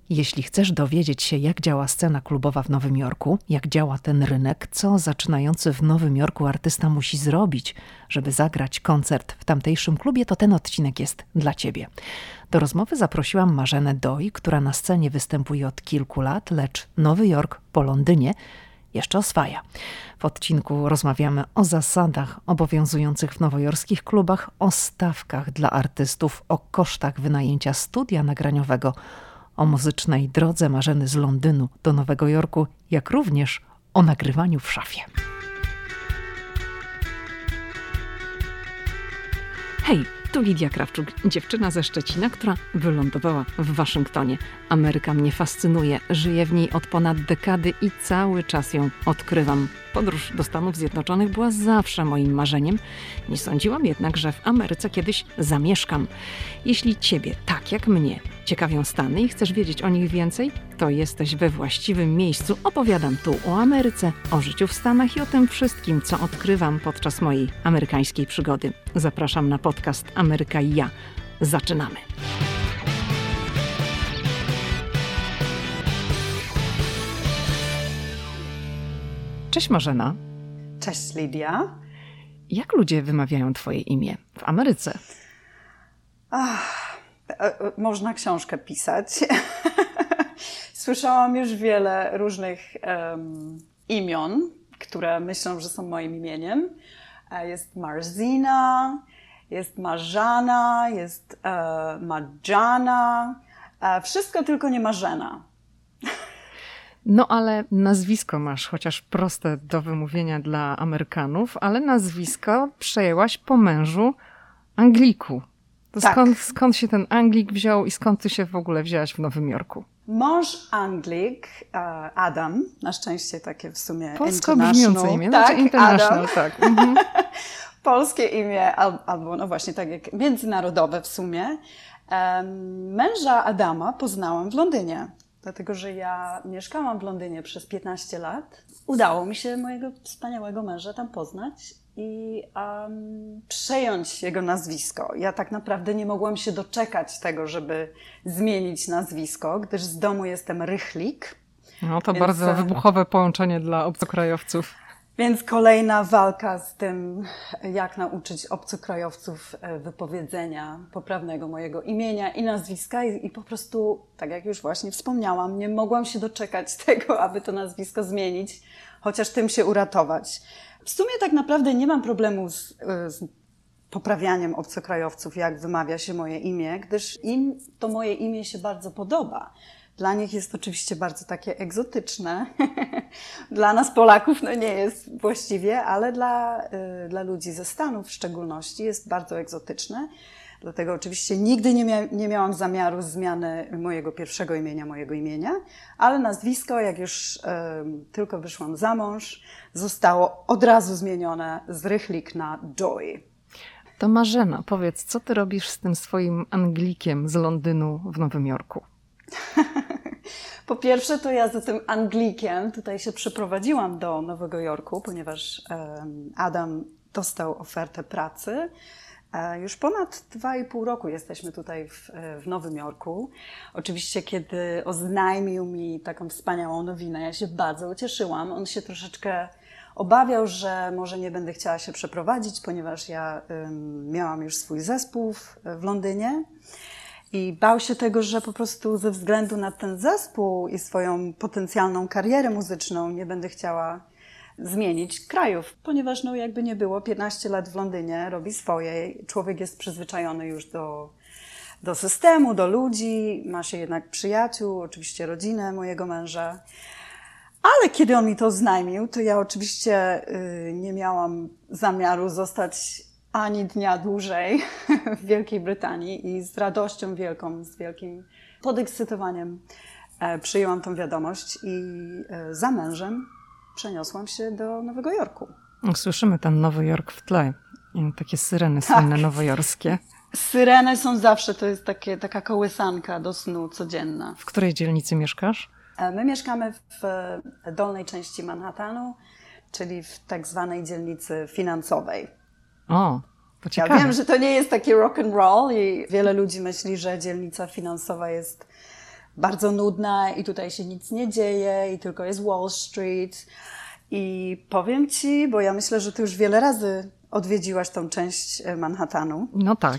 Jeśli chcesz dowiedzieć się, jak działa scena klubowa w Nowym Jorku, jak działa ten rynek, co zaczynający w Nowym Jorku artysta musi zrobić, żeby zagrać koncert w tamtejszym klubie, to ten odcinek jest dla Ciebie. Do rozmowy zaprosiłam Marzenę Doi, która na scenie występuje od kilku lat, lecz Nowy Jork po Londynie jeszcze oswaja. W odcinku rozmawiamy o zasadach obowiązujących w nowojorskich klubach, o stawkach dla artystów, o kosztach wynajęcia studia nagraniowego, o muzycznej drodze Marzeny z Londynu do Nowego Jorku, jak również o nagrywaniu w szafie. Hej, tu Lidia Krawczuk, dziewczyna ze Szczecina, która wylądowała w Waszyngtonie. Ameryka mnie fascynuje, żyję w niej od ponad dekady i cały czas ją odkrywam. Podróż do Stanów Zjednoczonych była zawsze moim marzeniem. Nie sądziłam jednak, że w Ameryce kiedyś zamieszkam. Jeśli Ciebie, tak jak mnie, ciekawią Stany i chcesz wiedzieć o nich więcej, to jesteś we właściwym miejscu. Opowiadam tu o Ameryce, o życiu w Stanach i o tym wszystkim, co odkrywam podczas mojej amerykańskiej przygody. Zapraszam na podcast Ameryka i ja. Zaczynamy! Cześć Marzena. Cześć Lidia. Jak ludzie wymawiają Twoje imię w Ameryce? Można książkę pisać. Słyszałam już wiele różnych imion, które myślą, że są moim imieniem. Jest Marzina, jest Marzana, jest Marjana. Wszystko tylko nie Marzena. No ale nazwisko masz, chociaż proste do wymówienia dla Amerykanów, ale nazwisko przejęłaś po mężu Angliku. To tak. Skąd się ten Anglik wziął i skąd ty się w ogóle wzięłaś w Nowym Jorku? Mąż Anglik, Adam, na szczęście takie w sumie polsko brzmiące imię, tak, znaczy international, Adam. tak. Mhm. Polskie imię, albo no właśnie tak jak międzynarodowe w sumie. Męża Adama poznałam w Londynie. Dlatego, że ja mieszkałam w Londynie przez 15 lat. Udało mi się mojego wspaniałego męża tam poznać i przejąć jego nazwisko. Ja tak naprawdę nie mogłam się doczekać tego, żeby zmienić nazwisko, gdyż z domu jestem Rychlik. No to bardzo wybuchowe połączenie dla obcokrajowców. Więc kolejna walka z tym, jak nauczyć obcokrajowców wypowiedzenia poprawnego mojego imienia i nazwiska i po prostu, tak jak już właśnie wspomniałam, nie mogłam się doczekać tego, aby to nazwisko zmienić, chociaż tym się uratować. W sumie tak naprawdę nie mam problemu z poprawianiem obcokrajowców, jak wymawia się moje imię, gdyż im to moje imię się bardzo podoba. Dla nich jest oczywiście bardzo takie egzotyczne. Dla nas Polaków no nie jest właściwie, ale dla ludzi ze Stanów w szczególności jest bardzo egzotyczne. Dlatego oczywiście nigdy nie miałam zamiaru zmiany mojego pierwszego imienia, ale nazwisko, jak już tylko wyszłam za mąż, zostało od razu zmienione z Rychlik na Doi. To Marzena, powiedz, co ty robisz z tym swoim Anglikiem z Londynu w Nowym Jorku? Po pierwsze, to ja za tym Anglikiem tutaj się przeprowadziłam do Nowego Jorku, ponieważ Adam dostał ofertę pracy. Już ponad 2,5 roku jesteśmy tutaj w Nowym Jorku. Oczywiście, kiedy oznajmił mi taką wspaniałą nowinę, ja się bardzo ucieszyłam. On się troszeczkę obawiał, że może nie będę chciała się przeprowadzić, ponieważ ja miałam już swój zespół w Londynie. I bał się tego, że po prostu ze względu na ten zespół i swoją potencjalną karierę muzyczną nie będę chciała zmienić krajów. Ponieważ no jakby nie było, 15 lat w Londynie robi swoje. Człowiek jest przyzwyczajony już do systemu, do ludzi. Ma się jednak przyjaciół, oczywiście rodzinę mojego męża. Ale kiedy on mi to oznajmił, to ja oczywiście nie miałam zamiaru zostać ani dnia dłużej w Wielkiej Brytanii i z radością wielką, z wielkim podekscytowaniem przyjęłam tą wiadomość i za mężem przeniosłam się do Nowego Jorku. Słyszymy ten Nowy Jork w tle. Takie syreny słynne nowojorskie. Syreny są zawsze, to jest taka kołysanka do snu codzienna. W której dzielnicy mieszkasz? My mieszkamy w dolnej części Manhattanu, czyli w tak zwanej dzielnicy finansowej. O, to ciekawe. Ja wiem, że to nie jest taki rock and roll i wiele ludzi myśli, że dzielnica finansowa jest bardzo nudna i tutaj się nic nie dzieje i tylko jest Wall Street. I powiem Ci, bo ja myślę, że Ty już wiele razy odwiedziłaś tą część Manhattanu. No tak.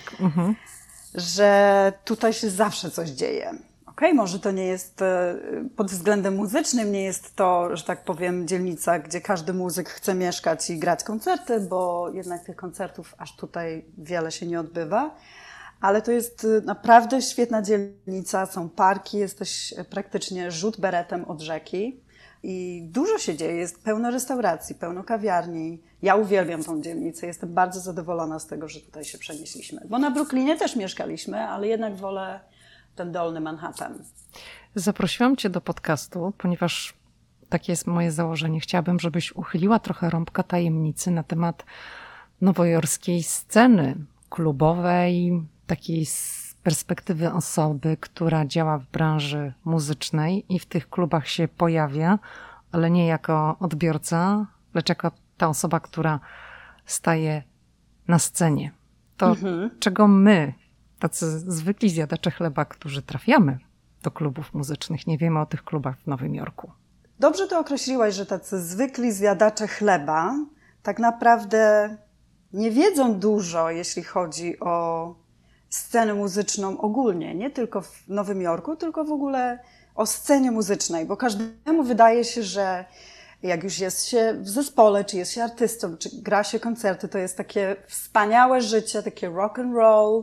Że tutaj się zawsze coś dzieje. Okej, może to nie jest pod względem muzycznym, nie jest to, że tak powiem, dzielnica, gdzie każdy muzyk chce mieszkać i grać koncerty, bo jednak tych koncertów aż tutaj wiele się nie odbywa. Ale to jest naprawdę świetna dzielnica, są parki, jesteś praktycznie rzut beretem od rzeki i dużo się dzieje, jest pełno restauracji, pełno kawiarni. Ja uwielbiam tą dzielnicę, jestem bardzo zadowolona z tego, że tutaj się przenieśliśmy. Bo na Brooklynie też mieszkaliśmy, ale jednak wolę ten dolny Manhattan. Zaprosiłam Cię do podcastu, ponieważ takie jest moje założenie. Chciałabym, żebyś uchyliła trochę rąbka tajemnicy na temat nowojorskiej sceny klubowej, takiej z perspektywy osoby, która działa w branży muzycznej i w tych klubach się pojawia, ale nie jako odbiorca, lecz jako ta osoba, która staje na scenie. To czego my, tacy zwykli zjadacze chleba, którzy trafiamy do klubów muzycznych, nie wiemy o tych klubach w Nowym Jorku. Dobrze to określiłaś, że tacy zwykli zjadacze chleba tak naprawdę nie wiedzą dużo, jeśli chodzi o scenę muzyczną ogólnie, nie tylko w Nowym Jorku, tylko w ogóle o scenie muzycznej, bo każdemu wydaje się, że jak już jest się w zespole, czy jest się artystą, czy gra się koncerty, to jest takie wspaniałe życie, takie rock and roll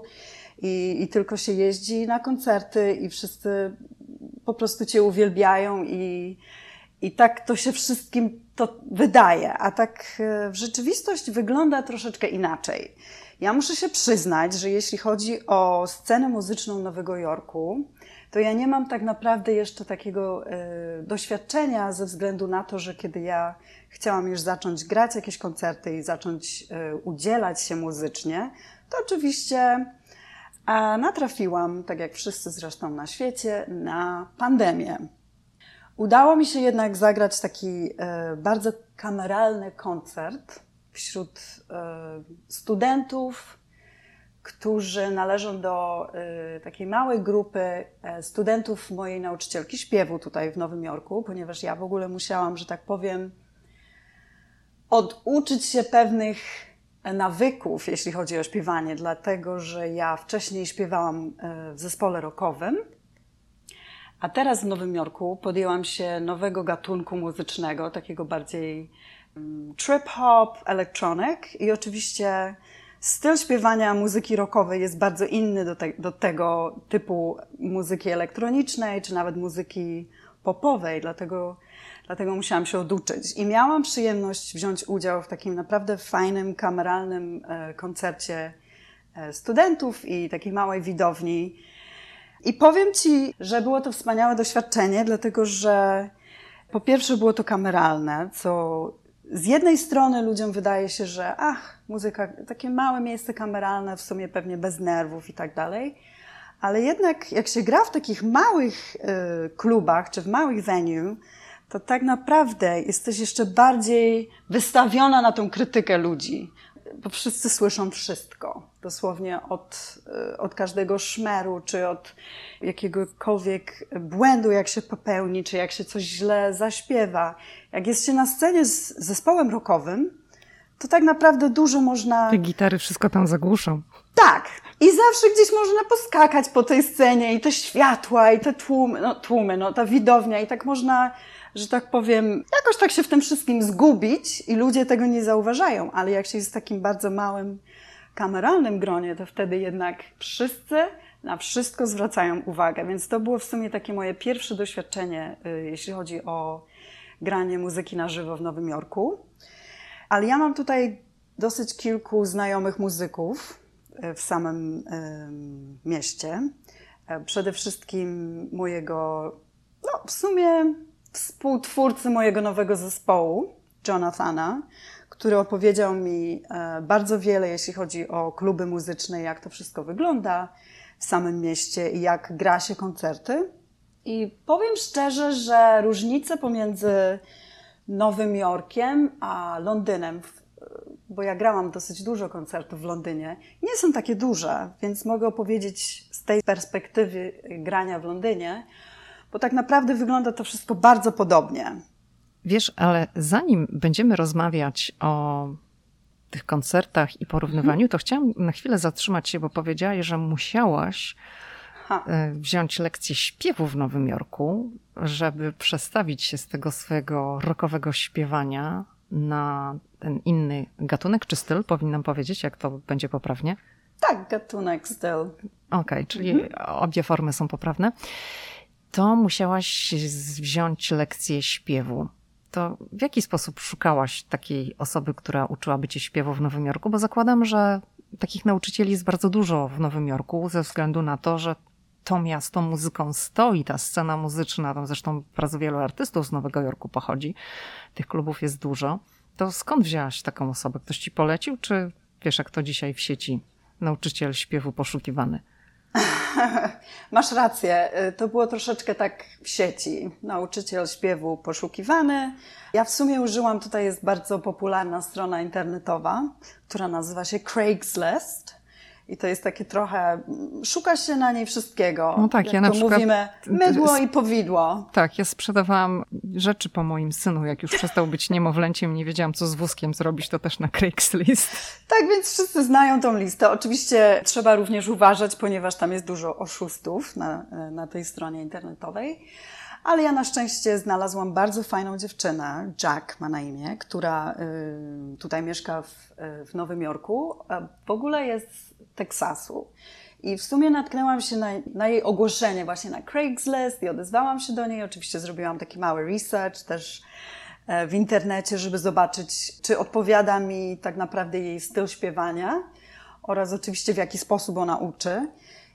i tylko się jeździ na koncerty i wszyscy po prostu Cię uwielbiają i tak to się wszystkim to wydaje, a tak w rzeczywistości wygląda troszeczkę inaczej. Ja muszę się przyznać, że jeśli chodzi o scenę muzyczną Nowego Jorku, to ja nie mam tak naprawdę jeszcze takiego doświadczenia ze względu na to, że kiedy ja chciałam już zacząć grać jakieś koncerty i zacząć udzielać się muzycznie, to oczywiście natrafiłam, tak jak wszyscy zresztą na świecie, na pandemię. Udało mi się jednak zagrać taki bardzo kameralny koncert wśród studentów, którzy należą do takiej małej grupy studentów mojej nauczycielki śpiewu tutaj w Nowym Jorku, ponieważ ja w ogóle musiałam, że tak powiem, oduczyć się pewnych nawyków, jeśli chodzi o śpiewanie, dlatego że ja wcześniej śpiewałam w zespole rockowym, a teraz w Nowym Jorku podjęłam się nowego gatunku muzycznego, takiego bardziej trip-hop, electronic i oczywiście styl śpiewania muzyki rockowej jest bardzo inny do tego typu muzyki elektronicznej, czy nawet muzyki popowej, dlatego musiałam się oduczyć. I miałam przyjemność wziąć udział w takim naprawdę fajnym, kameralnym koncercie studentów i takiej małej widowni. I powiem Ci, że było to wspaniałe doświadczenie, dlatego że po pierwsze było to kameralne, co z jednej strony ludziom wydaje się, że muzyka, takie małe miejsce kameralne, w sumie pewnie bez nerwów i tak dalej, ale jednak jak się gra w takich małych klubach czy w małych venue, to tak naprawdę jesteś jeszcze bardziej wystawiona na tą krytykę ludzi, bo wszyscy słyszą wszystko. Dosłownie od każdego szmeru, czy od jakiegokolwiek błędu, jak się popełni, czy jak się coś źle zaśpiewa. Jak jest się na scenie z zespołem rockowym, to tak naprawdę dużo można... Te gitary wszystko tam zagłuszą. Tak! I zawsze gdzieś można poskakać po tej scenie i te światła, i te tłumy, ta widownia i tak można, że tak powiem, jakoś tak się w tym wszystkim zgubić i ludzie tego nie zauważają, ale jak się jest w takim bardzo małym, kameralnym gronie, to wtedy jednak wszyscy na wszystko zwracają uwagę, więc to było w sumie takie moje pierwsze doświadczenie, jeśli chodzi o granie muzyki na żywo w Nowym Jorku. Ale ja mam tutaj dosyć kilku znajomych muzyków w samym mieście. Przede wszystkim mojego, w sumie współtwórcy mojego nowego zespołu, Jonathana, który opowiedział mi bardzo wiele, jeśli chodzi o kluby muzyczne, jak to wszystko wygląda w samym mieście i jak gra się koncerty. I powiem szczerze, że różnice pomiędzy Nowym Jorkiem a Londynem, bo ja grałam dosyć dużo koncertów w Londynie, nie są takie duże, więc mogę opowiedzieć z tej perspektywy grania w Londynie, bo tak naprawdę wygląda to wszystko bardzo podobnie. Wiesz, ale zanim będziemy rozmawiać o tych koncertach i porównywaniu, to chciałam na chwilę zatrzymać się, bo powiedziałaś, że musiałaś wziąć lekcję śpiewu w Nowym Jorku, żeby przestawić się z tego swojego rockowego śpiewania na ten inny gatunek czy styl, powinnam powiedzieć, jak to będzie poprawnie? Tak, gatunek, styl. Okej, czyli obie formy są poprawne. To musiałaś wziąć lekcję śpiewu. To w jaki sposób szukałaś takiej osoby, która uczyłaby cię śpiewu w Nowym Jorku? Bo zakładam, że takich nauczycieli jest bardzo dużo w Nowym Jorku, ze względu na to, że to miasto muzyką stoi, ta scena muzyczna, tam zresztą bardzo wielu artystów z Nowego Jorku pochodzi, tych klubów jest dużo. To skąd wzięłaś taką osobę? Ktoś ci polecił, czy wiesz, jak to dzisiaj w sieci? Nauczyciel śpiewu poszukiwany. Masz rację, to było troszeczkę tak w sieci. Nauczyciel śpiewu poszukiwany. Ja w sumie użyłam, tutaj jest bardzo popularna strona internetowa, która nazywa się Craigslist. I to jest takie trochę, szuka się na niej wszystkiego. No tak, jak ja to na przykład mówimy, mydło i powidło. Tak, ja sprzedawałam rzeczy po moim synu, jak już przestał być niemowlęciem, nie wiedziałam, co z wózkiem zrobić, to też na Craigslist. Tak, więc wszyscy znają tą listę. Oczywiście trzeba również uważać, ponieważ tam jest dużo oszustów na tej stronie internetowej. Ale ja na szczęście znalazłam bardzo fajną dziewczynę, Jack ma na imię, która tutaj mieszka w Nowym Jorku. W ogóle jest z Teksasu. I w sumie natknęłam się na jej ogłoszenie właśnie na Craigslist i odezwałam się do niej. Oczywiście zrobiłam taki mały research też w internecie, żeby zobaczyć, czy odpowiada mi tak naprawdę jej styl śpiewania oraz oczywiście w jaki sposób ona uczy.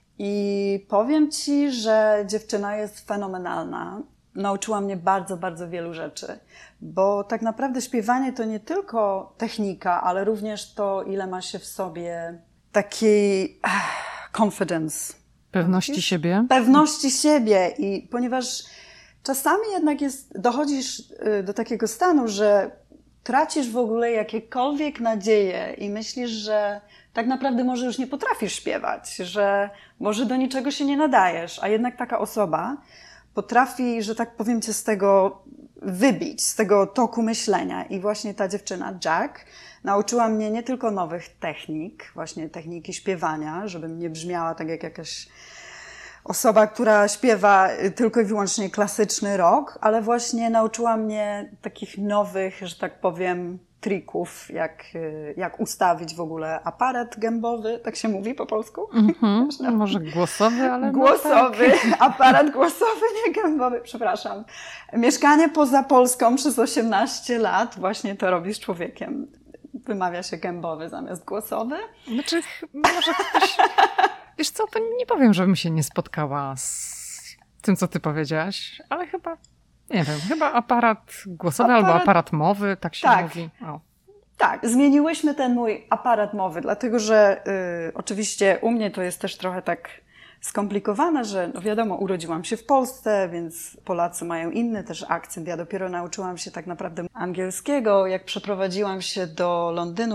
I powiem ci, że dziewczyna jest fenomenalna. Nauczyła mnie bardzo, bardzo wielu rzeczy, bo tak naprawdę śpiewanie to nie tylko technika, ale również to, ile ma się w sobie takiej confidence. Pewności siebie? Pewności siebie i ponieważ czasami jednak dochodzisz do takiego stanu, że tracisz w ogóle jakiekolwiek nadzieje i myślisz, że tak naprawdę może już nie potrafisz śpiewać, że może do niczego się nie nadajesz, a jednak taka osoba potrafi, że tak powiem, cię z tego wybić, z tego toku myślenia. I właśnie ta dziewczyna, Jack, nauczyła mnie nie tylko nowych technik, właśnie techniki śpiewania, żebym nie brzmiała tak jak jakaś osoba, która śpiewa tylko i wyłącznie klasyczny rock, ale właśnie nauczyła mnie takich nowych, że tak powiem, trików, jak ustawić w ogóle aparat gębowy, tak się mówi po polsku? No, może głosowy, ale głosowy, no tak. Aparat głosowy, nie gębowy, przepraszam. Mieszkanie poza Polską przez 18 lat, właśnie to robisz człowiekiem. Wymawia się gębowy zamiast głosowy. Znaczy, może ktoś... Wiesz co, to nie powiem, żebym się nie spotkała z tym, co ty powiedziałaś, ale chyba, nie wiem, chyba aparat głosowy albo aparat mowy, tak się mówi. O. Tak, zmieniłyśmy ten mój aparat mowy, dlatego że oczywiście u mnie to jest też trochę tak skomplikowane, że no wiadomo, urodziłam się w Polsce, więc Polacy mają inny też akcent. Ja dopiero nauczyłam się tak naprawdę angielskiego, jak przeprowadziłam się do Londynu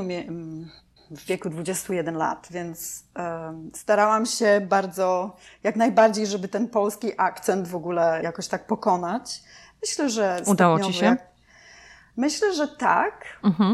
w wieku 21 lat, więc starałam się bardzo, jak najbardziej, żeby ten polski akcent w ogóle jakoś tak pokonać. Myślę, że udało ci się? Myślę, że tak,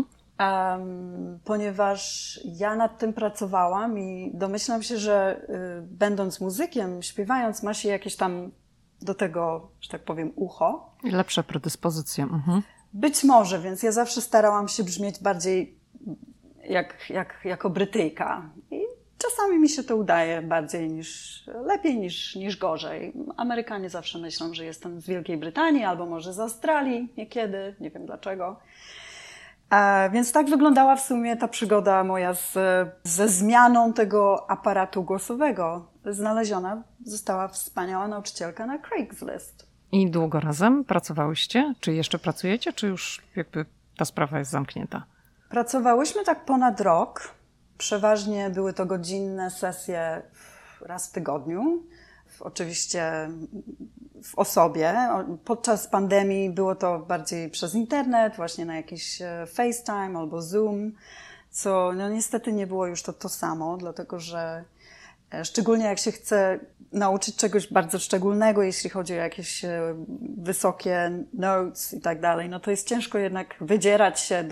ponieważ ja nad tym pracowałam i domyślam się, że będąc muzykiem, śpiewając, ma się jakieś tam do tego, że tak powiem, ucho. I lepsze predyspozycje. Być może, więc ja zawsze starałam się brzmieć bardziej jako Brytyjka. I czasami mi się to udaje lepiej niż gorzej. Amerykanie zawsze myślą, że jestem z Wielkiej Brytanii albo może z Australii niekiedy, nie wiem dlaczego. Więc tak wyglądała w sumie ta przygoda moja ze zmianą tego aparatu głosowego. Znaleziona została wspaniała nauczycielka na Craigslist. I długo razem pracowałyście? Czy jeszcze pracujecie, czy już jakby ta sprawa jest zamknięta? Pracowałyśmy tak ponad rok. Przeważnie były to godzinne sesje raz w tygodniu. Oczywiście w osobie. Podczas pandemii było to bardziej przez internet, właśnie na jakiś FaceTime albo Zoom, co no niestety nie było już to samo, dlatego że szczególnie jak się chce nauczyć czegoś bardzo szczególnego, jeśli chodzi o jakieś wysokie notes i tak dalej, no to jest ciężko jednak wydzierać się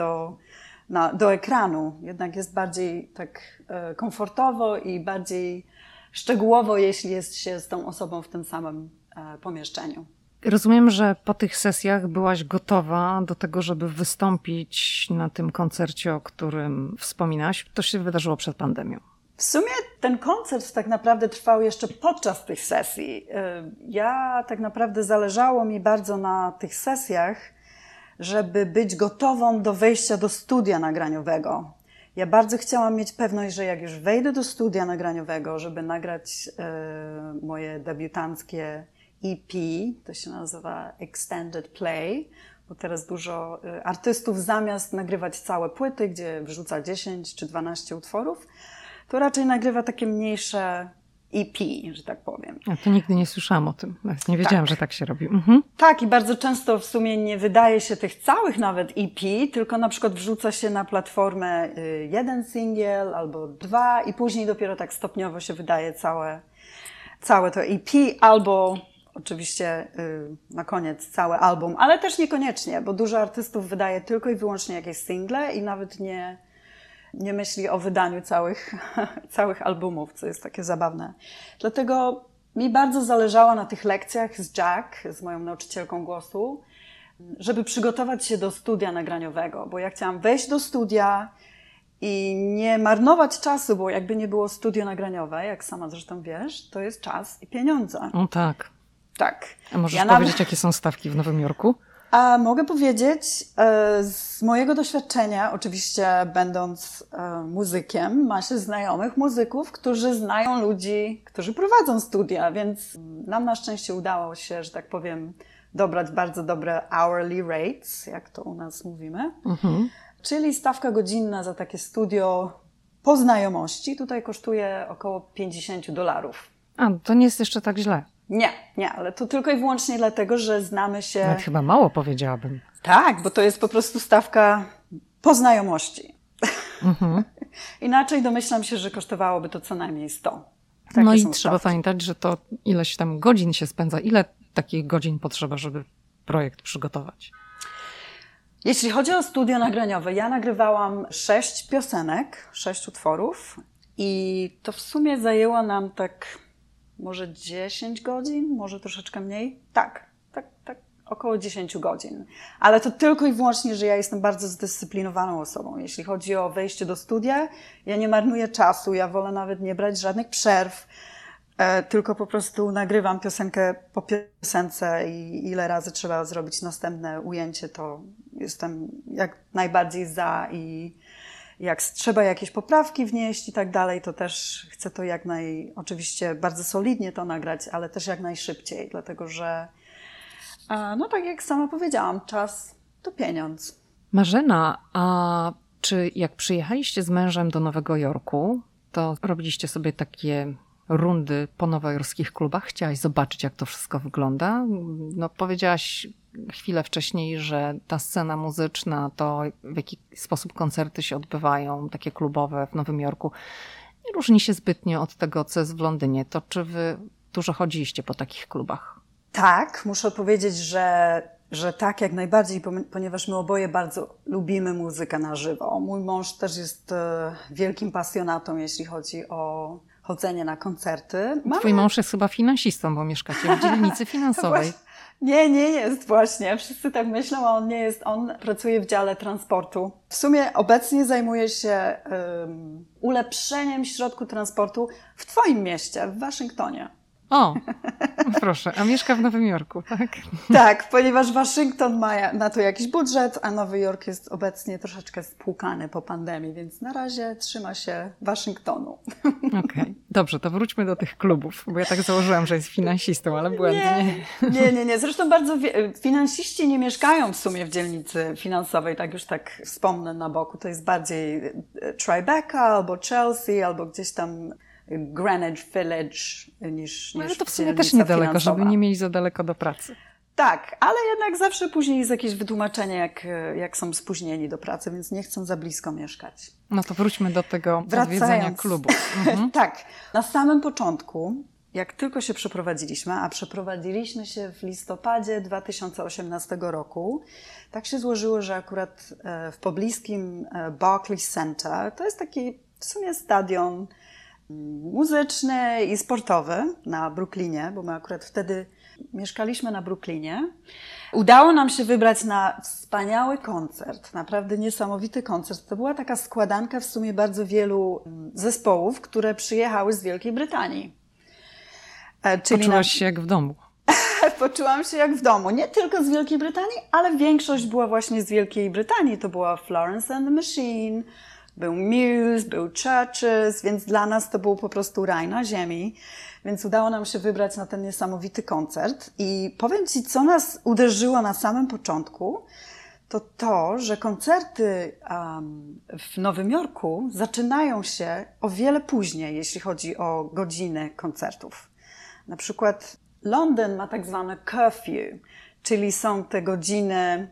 do ekranu. Jednak jest bardziej tak komfortowo i bardziej szczegółowo, jeśli jest się z tą osobą w tym samym pomieszczeniu. Rozumiem, że po tych sesjach byłaś gotowa do tego, żeby wystąpić na tym koncercie, o którym wspominałaś. To się wydarzyło przed pandemią. W sumie ten koncert tak naprawdę trwał jeszcze podczas tych sesji. Ja tak naprawdę zależało mi bardzo na tych sesjach, żeby być gotową do wejścia do studia nagraniowego. Ja bardzo chciałam mieć pewność, że jak już wejdę do studia nagraniowego, żeby nagrać moje debiutanckie EP, to się nazywa Extended Play, bo teraz dużo artystów zamiast nagrywać całe płyty, gdzie wrzuca 10 czy 12 utworów, to raczej nagrywa takie mniejsze EP, że tak powiem. Ja to nigdy nie słyszałam o tym. Nawet nie wiedziałam, że tak się robi. Tak, i bardzo często w sumie nie wydaje się tych całych nawet EP, tylko na przykład wrzuca się na platformę jeden singiel albo dwa i później dopiero tak stopniowo się wydaje całe to EP, albo oczywiście na koniec cały album, ale też niekoniecznie, bo dużo artystów wydaje tylko i wyłącznie jakieś single i nawet nie myśli o wydaniu całych albumów, co jest takie zabawne. Dlatego mi bardzo zależało na tych lekcjach z Jack, z moją nauczycielką głosu, żeby przygotować się do studia nagraniowego, bo ja chciałam wejść do studia i nie marnować czasu, bo jakby nie było studio nagraniowe, jak sama zresztą wiesz, to jest czas i pieniądze. O tak. Tak. A możesz powiedzieć, jakie są stawki w Nowym Jorku? A mogę powiedzieć z mojego doświadczenia, oczywiście będąc muzykiem, ma się znajomych muzyków, którzy znają ludzi, którzy prowadzą studia, więc nam na szczęście udało się, że tak powiem, dobrać bardzo dobre hourly rates, jak to u nas mówimy, czyli stawka godzinna za takie studio po znajomości tutaj kosztuje około $50. A, to nie jest jeszcze tak źle. Nie, ale to tylko i wyłącznie dlatego, że znamy się... Nawet chyba mało powiedziałabym. Tak, bo to jest po prostu stawka po znajomości. Inaczej domyślam się, że kosztowałoby to co najmniej 100. Takie no i trzeba stawki. Pamiętać, że to ileś tam godzin się spędza. Ile takich godzin potrzeba, żeby projekt przygotować? Jeśli chodzi o studio nagraniowe, ja nagrywałam 6 piosenek, 6 utworów i to w sumie zajęło nam tak... może 10 godzin, może troszeczkę mniej. Tak, około 10 godzin. Ale to tylko i wyłącznie, że ja jestem bardzo zdyscyplinowaną osobą. Jeśli chodzi o wejście do studia, ja nie marnuję czasu, ja wolę nawet nie brać żadnych przerw, tylko po prostu nagrywam piosenkę po piosence i ile razy trzeba zrobić następne ujęcie, to jestem jak najbardziej za i jak trzeba jakieś poprawki wnieść i tak dalej, to też chcę to oczywiście bardzo solidnie to nagrać, ale też jak najszybciej, dlatego że, no tak jak sama powiedziałam, czas to pieniądz. Marzena, a czy jak przyjechaliście z mężem do Nowego Jorku, to robiliście sobie takie rundy po nowojorskich klubach? Chciałaś zobaczyć, jak to wszystko wygląda? No, powiedziałaś chwilę wcześniej, że ta scena muzyczna, to w jaki sposób koncerty się odbywają, takie klubowe w Nowym Jorku, nie różni się zbytnio od tego, co jest w Londynie. To czy wy dużo chodziliście po takich klubach? Tak, muszę powiedzieć, że tak, jak najbardziej, ponieważ my oboje bardzo lubimy muzykę na żywo. Mój mąż też jest wielkim pasjonatą, jeśli chodzi o chodzenie na koncerty. Twój mąż jest chyba finansistą, bo mieszkacie w dzielnicy finansowej. Nie jest właśnie. Wszyscy tak myślą, a on nie jest. On pracuje w dziale transportu. W sumie obecnie zajmuje się ulepszeniem środku transportu w twoim mieście, w Waszyngtonie. O, proszę, a mieszka w Nowym Jorku, tak? Tak, ponieważ Waszyngton ma na to jakiś budżet, a Nowy Jork jest obecnie troszeczkę spłukany po pandemii, więc na razie trzyma się Waszyngtonu. Okej, dobrze, to wróćmy do tych klubów, bo ja tak założyłam, że jest finansistą, ale błędnie. Nie. Zresztą finansiści nie mieszkają w sumie w dzielnicy finansowej, tak już tak wspomnę na boku. To jest bardziej Tribeca albo Chelsea, albo gdzieś tam Greenwich Village niż ale to w sumie też niedaleko, finansowa. Żeby nie mieli za daleko do pracy. Tak, ale jednak zawsze później jest jakieś wytłumaczenie, jak są spóźnieni do pracy, więc nie chcą za blisko mieszkać. No to wróćmy do tego odwiedzenia klubu. Tak, na samym początku jak tylko się przeprowadziliśmy, a przeprowadziliśmy się w listopadzie 2018 roku, tak się złożyło, że akurat w pobliskim Barclays Center, to jest taki w sumie stadion muzyczny i sportowy na Brooklynie, bo my akurat wtedy mieszkaliśmy na Brooklynie. Udało nam się wybrać na wspaniały koncert, naprawdę niesamowity koncert. To była taka składanka w sumie bardzo wielu zespołów, które przyjechały z Wielkiej Brytanii. Poczułaś się jak w domu. Poczułam się jak w domu. Nie tylko z Wielkiej Brytanii, ale większość była właśnie z Wielkiej Brytanii. To była Florence and the Machine, był Muse, był Churches, więc dla nas to był po prostu raj na ziemi. Więc udało nam się wybrać na ten niesamowity koncert. I powiem Ci, co nas uderzyło na samym początku, to, że koncerty w Nowym Jorku zaczynają się o wiele później, jeśli chodzi o godziny koncertów. Na przykład Londyn ma tak zwane curfew, czyli są te godziny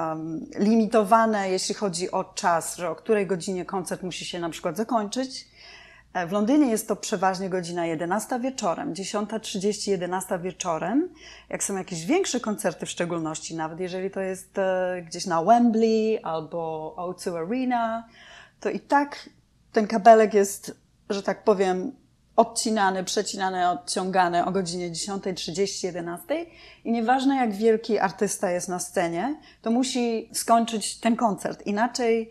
limitowane, jeśli chodzi o czas, że o której godzinie koncert musi się na przykład zakończyć. W Londynie jest to przeważnie godzina 11 wieczorem, 10:30, 11 wieczorem. Jak są jakieś większe koncerty w szczególności, nawet jeżeli to jest gdzieś na Wembley albo O2 Arena, to i tak ten kabelek jest, że tak powiem, odcinany, przecinany, odciągany o godzinie 10:30, 11 i nieważne jak wielki artysta jest na scenie, to musi skończyć ten koncert. Inaczej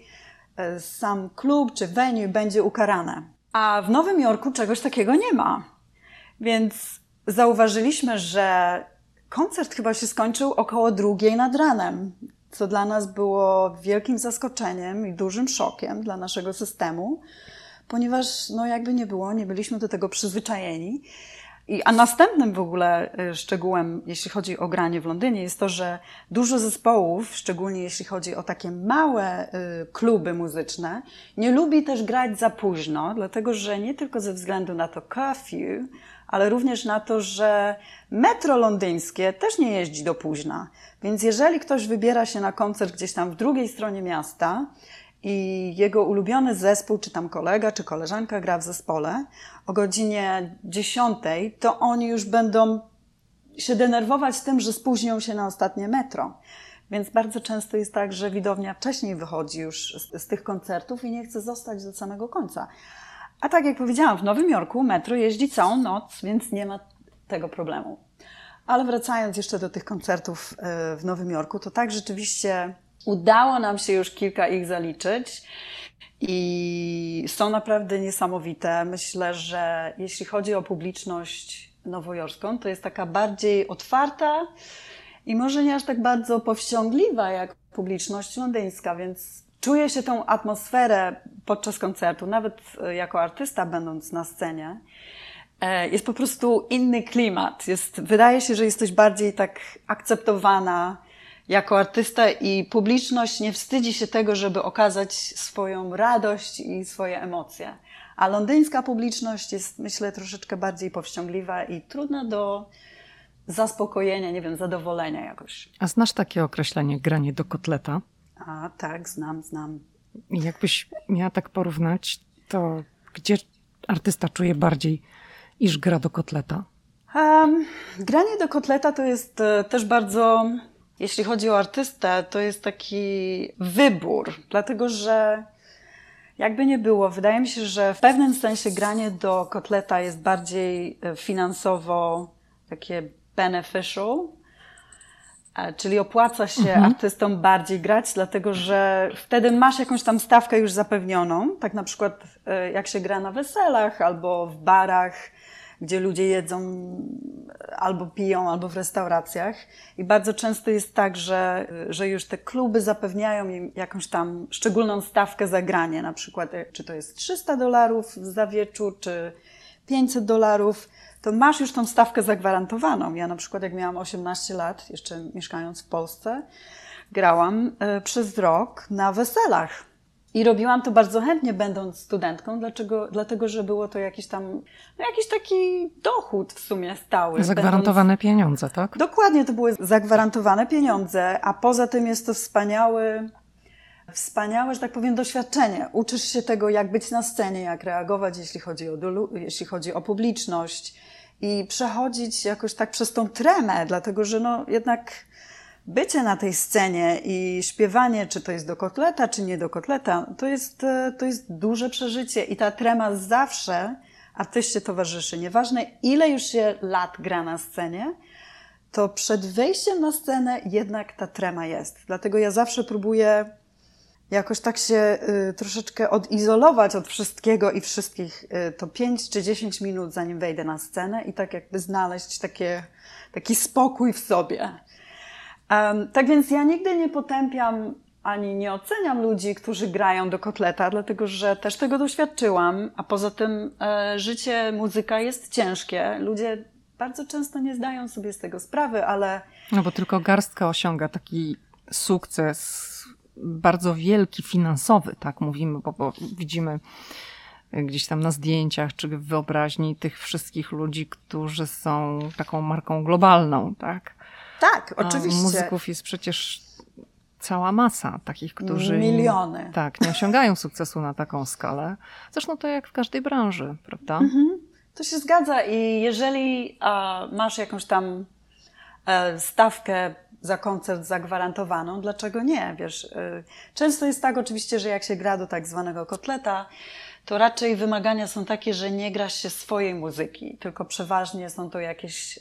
sam klub czy venue będzie ukarane. A w Nowym Jorku czegoś takiego nie ma. Więc zauważyliśmy, że koncert chyba się skończył około 2:00 nad ranem, co dla nas było wielkim zaskoczeniem i dużym szokiem dla naszego systemu, ponieważ no jakby nie było, nie byliśmy do tego przyzwyczajeni. A następnym w ogóle szczegółem, jeśli chodzi o granie w Londynie, jest to, że dużo zespołów, szczególnie jeśli chodzi o takie małe kluby muzyczne, nie lubi też grać za późno, dlatego że nie tylko ze względu na to curfew, ale również na to, że metro londyńskie też nie jeździ do późna. Więc jeżeli ktoś wybiera się na koncert gdzieś tam w drugiej stronie miasta, i jego ulubiony zespół, czy tam kolega, czy koleżanka gra w zespole o godzinie 10:00, to oni już będą się denerwować tym, że spóźnią się na ostatnie metro. Więc bardzo często jest tak, że widownia wcześniej wychodzi już z tych koncertów i nie chce zostać do samego końca. A tak jak powiedziałam, w Nowym Jorku metro jeździ całą noc, więc nie ma tego problemu. Ale wracając jeszcze do tych koncertów w Nowym Jorku, to tak rzeczywiście udało nam się już kilka ich zaliczyć i są naprawdę niesamowite. Myślę, że jeśli chodzi o publiczność nowojorską, to jest taka bardziej otwarta i może nie aż tak bardzo powściągliwa jak publiczność londyńska, więc czuję się tą atmosferę podczas koncertu, nawet jako artysta będąc na scenie. Jest po prostu inny klimat. Wydaje się, że jesteś bardziej tak akceptowana jako artysta i publiczność nie wstydzi się tego, żeby okazać swoją radość i swoje emocje. A londyńska publiczność jest, myślę, troszeczkę bardziej powściągliwa i trudna do zaspokojenia, nie wiem, zadowolenia jakoś. A znasz takie określenie granie do kotleta? A tak, znam. I jakbyś miała tak porównać, to gdzie artysta czuje bardziej, iż gra do kotleta? Granie do kotleta to jest też bardzo... Jeśli chodzi o artystę, to jest taki wybór, dlatego że jakby nie było, wydaje mi się, że w pewnym sensie granie do kotleta jest bardziej finansowo takie beneficial, czyli opłaca się artystom bardziej grać, dlatego że wtedy masz jakąś tam stawkę już zapewnioną, tak na przykład jak się gra na weselach albo w barach, gdzie ludzie jedzą albo piją, albo w restauracjach. I bardzo często jest tak, że już te kluby zapewniają im jakąś tam szczególną stawkę za granie. Na przykład, czy to jest $300 za wieczór, czy $500, to masz już tą stawkę zagwarantowaną. Ja na przykład, jak miałam 18 lat, jeszcze mieszkając w Polsce, grałam przez rok na weselach. I robiłam to bardzo chętnie, będąc studentką. Dlatego, że było to jakiś taki dochód w sumie stały. Zagwarantowane pieniądze, tak? Dokładnie, to były zagwarantowane pieniądze, a poza tym jest to wspaniałe, że tak powiem, doświadczenie. Uczysz się tego, jak być na scenie, jak reagować, jeśli chodzi o publiczność, i przechodzić jakoś tak przez tą tremę, dlatego że no jednak bycie na tej scenie i śpiewanie, czy to jest do kotleta, czy nie do kotleta, to jest duże przeżycie i ta trema zawsze artyście towarzyszy. Nieważne ile już się lat gra na scenie, to przed wejściem na scenę jednak ta trema jest. Dlatego ja zawsze próbuję jakoś tak się troszeczkę odizolować od wszystkiego i wszystkich to 5 czy 10 minut, zanim wejdę na scenę i tak jakby znaleźć taki spokój w sobie. Tak więc ja nigdy nie potępiam ani nie oceniam ludzi, którzy grają do kotleta, dlatego że też tego doświadczyłam, a poza tym życie, muzyka jest ciężkie. Ludzie bardzo często nie zdają sobie z tego sprawy, ale... No bo tylko garstka osiąga taki sukces bardzo wielki, finansowy, tak mówimy, bo widzimy gdzieś tam na zdjęciach czy w wyobraźni tych wszystkich ludzi, którzy są taką marką globalną, tak? Tak, oczywiście. A muzyków jest przecież cała masa takich, którzy miliony. Tak, nie osiągają sukcesu na taką skalę. Zresztą to jak w każdej branży, prawda? To się zgadza i jeżeli masz jakąś tam stawkę za koncert zagwarantowaną, dlaczego nie? Wiesz, często jest tak oczywiście, że jak się gra do tak zwanego kotleta, to raczej wymagania są takie, że nie grasz się swojej muzyki, tylko przeważnie są to jakieś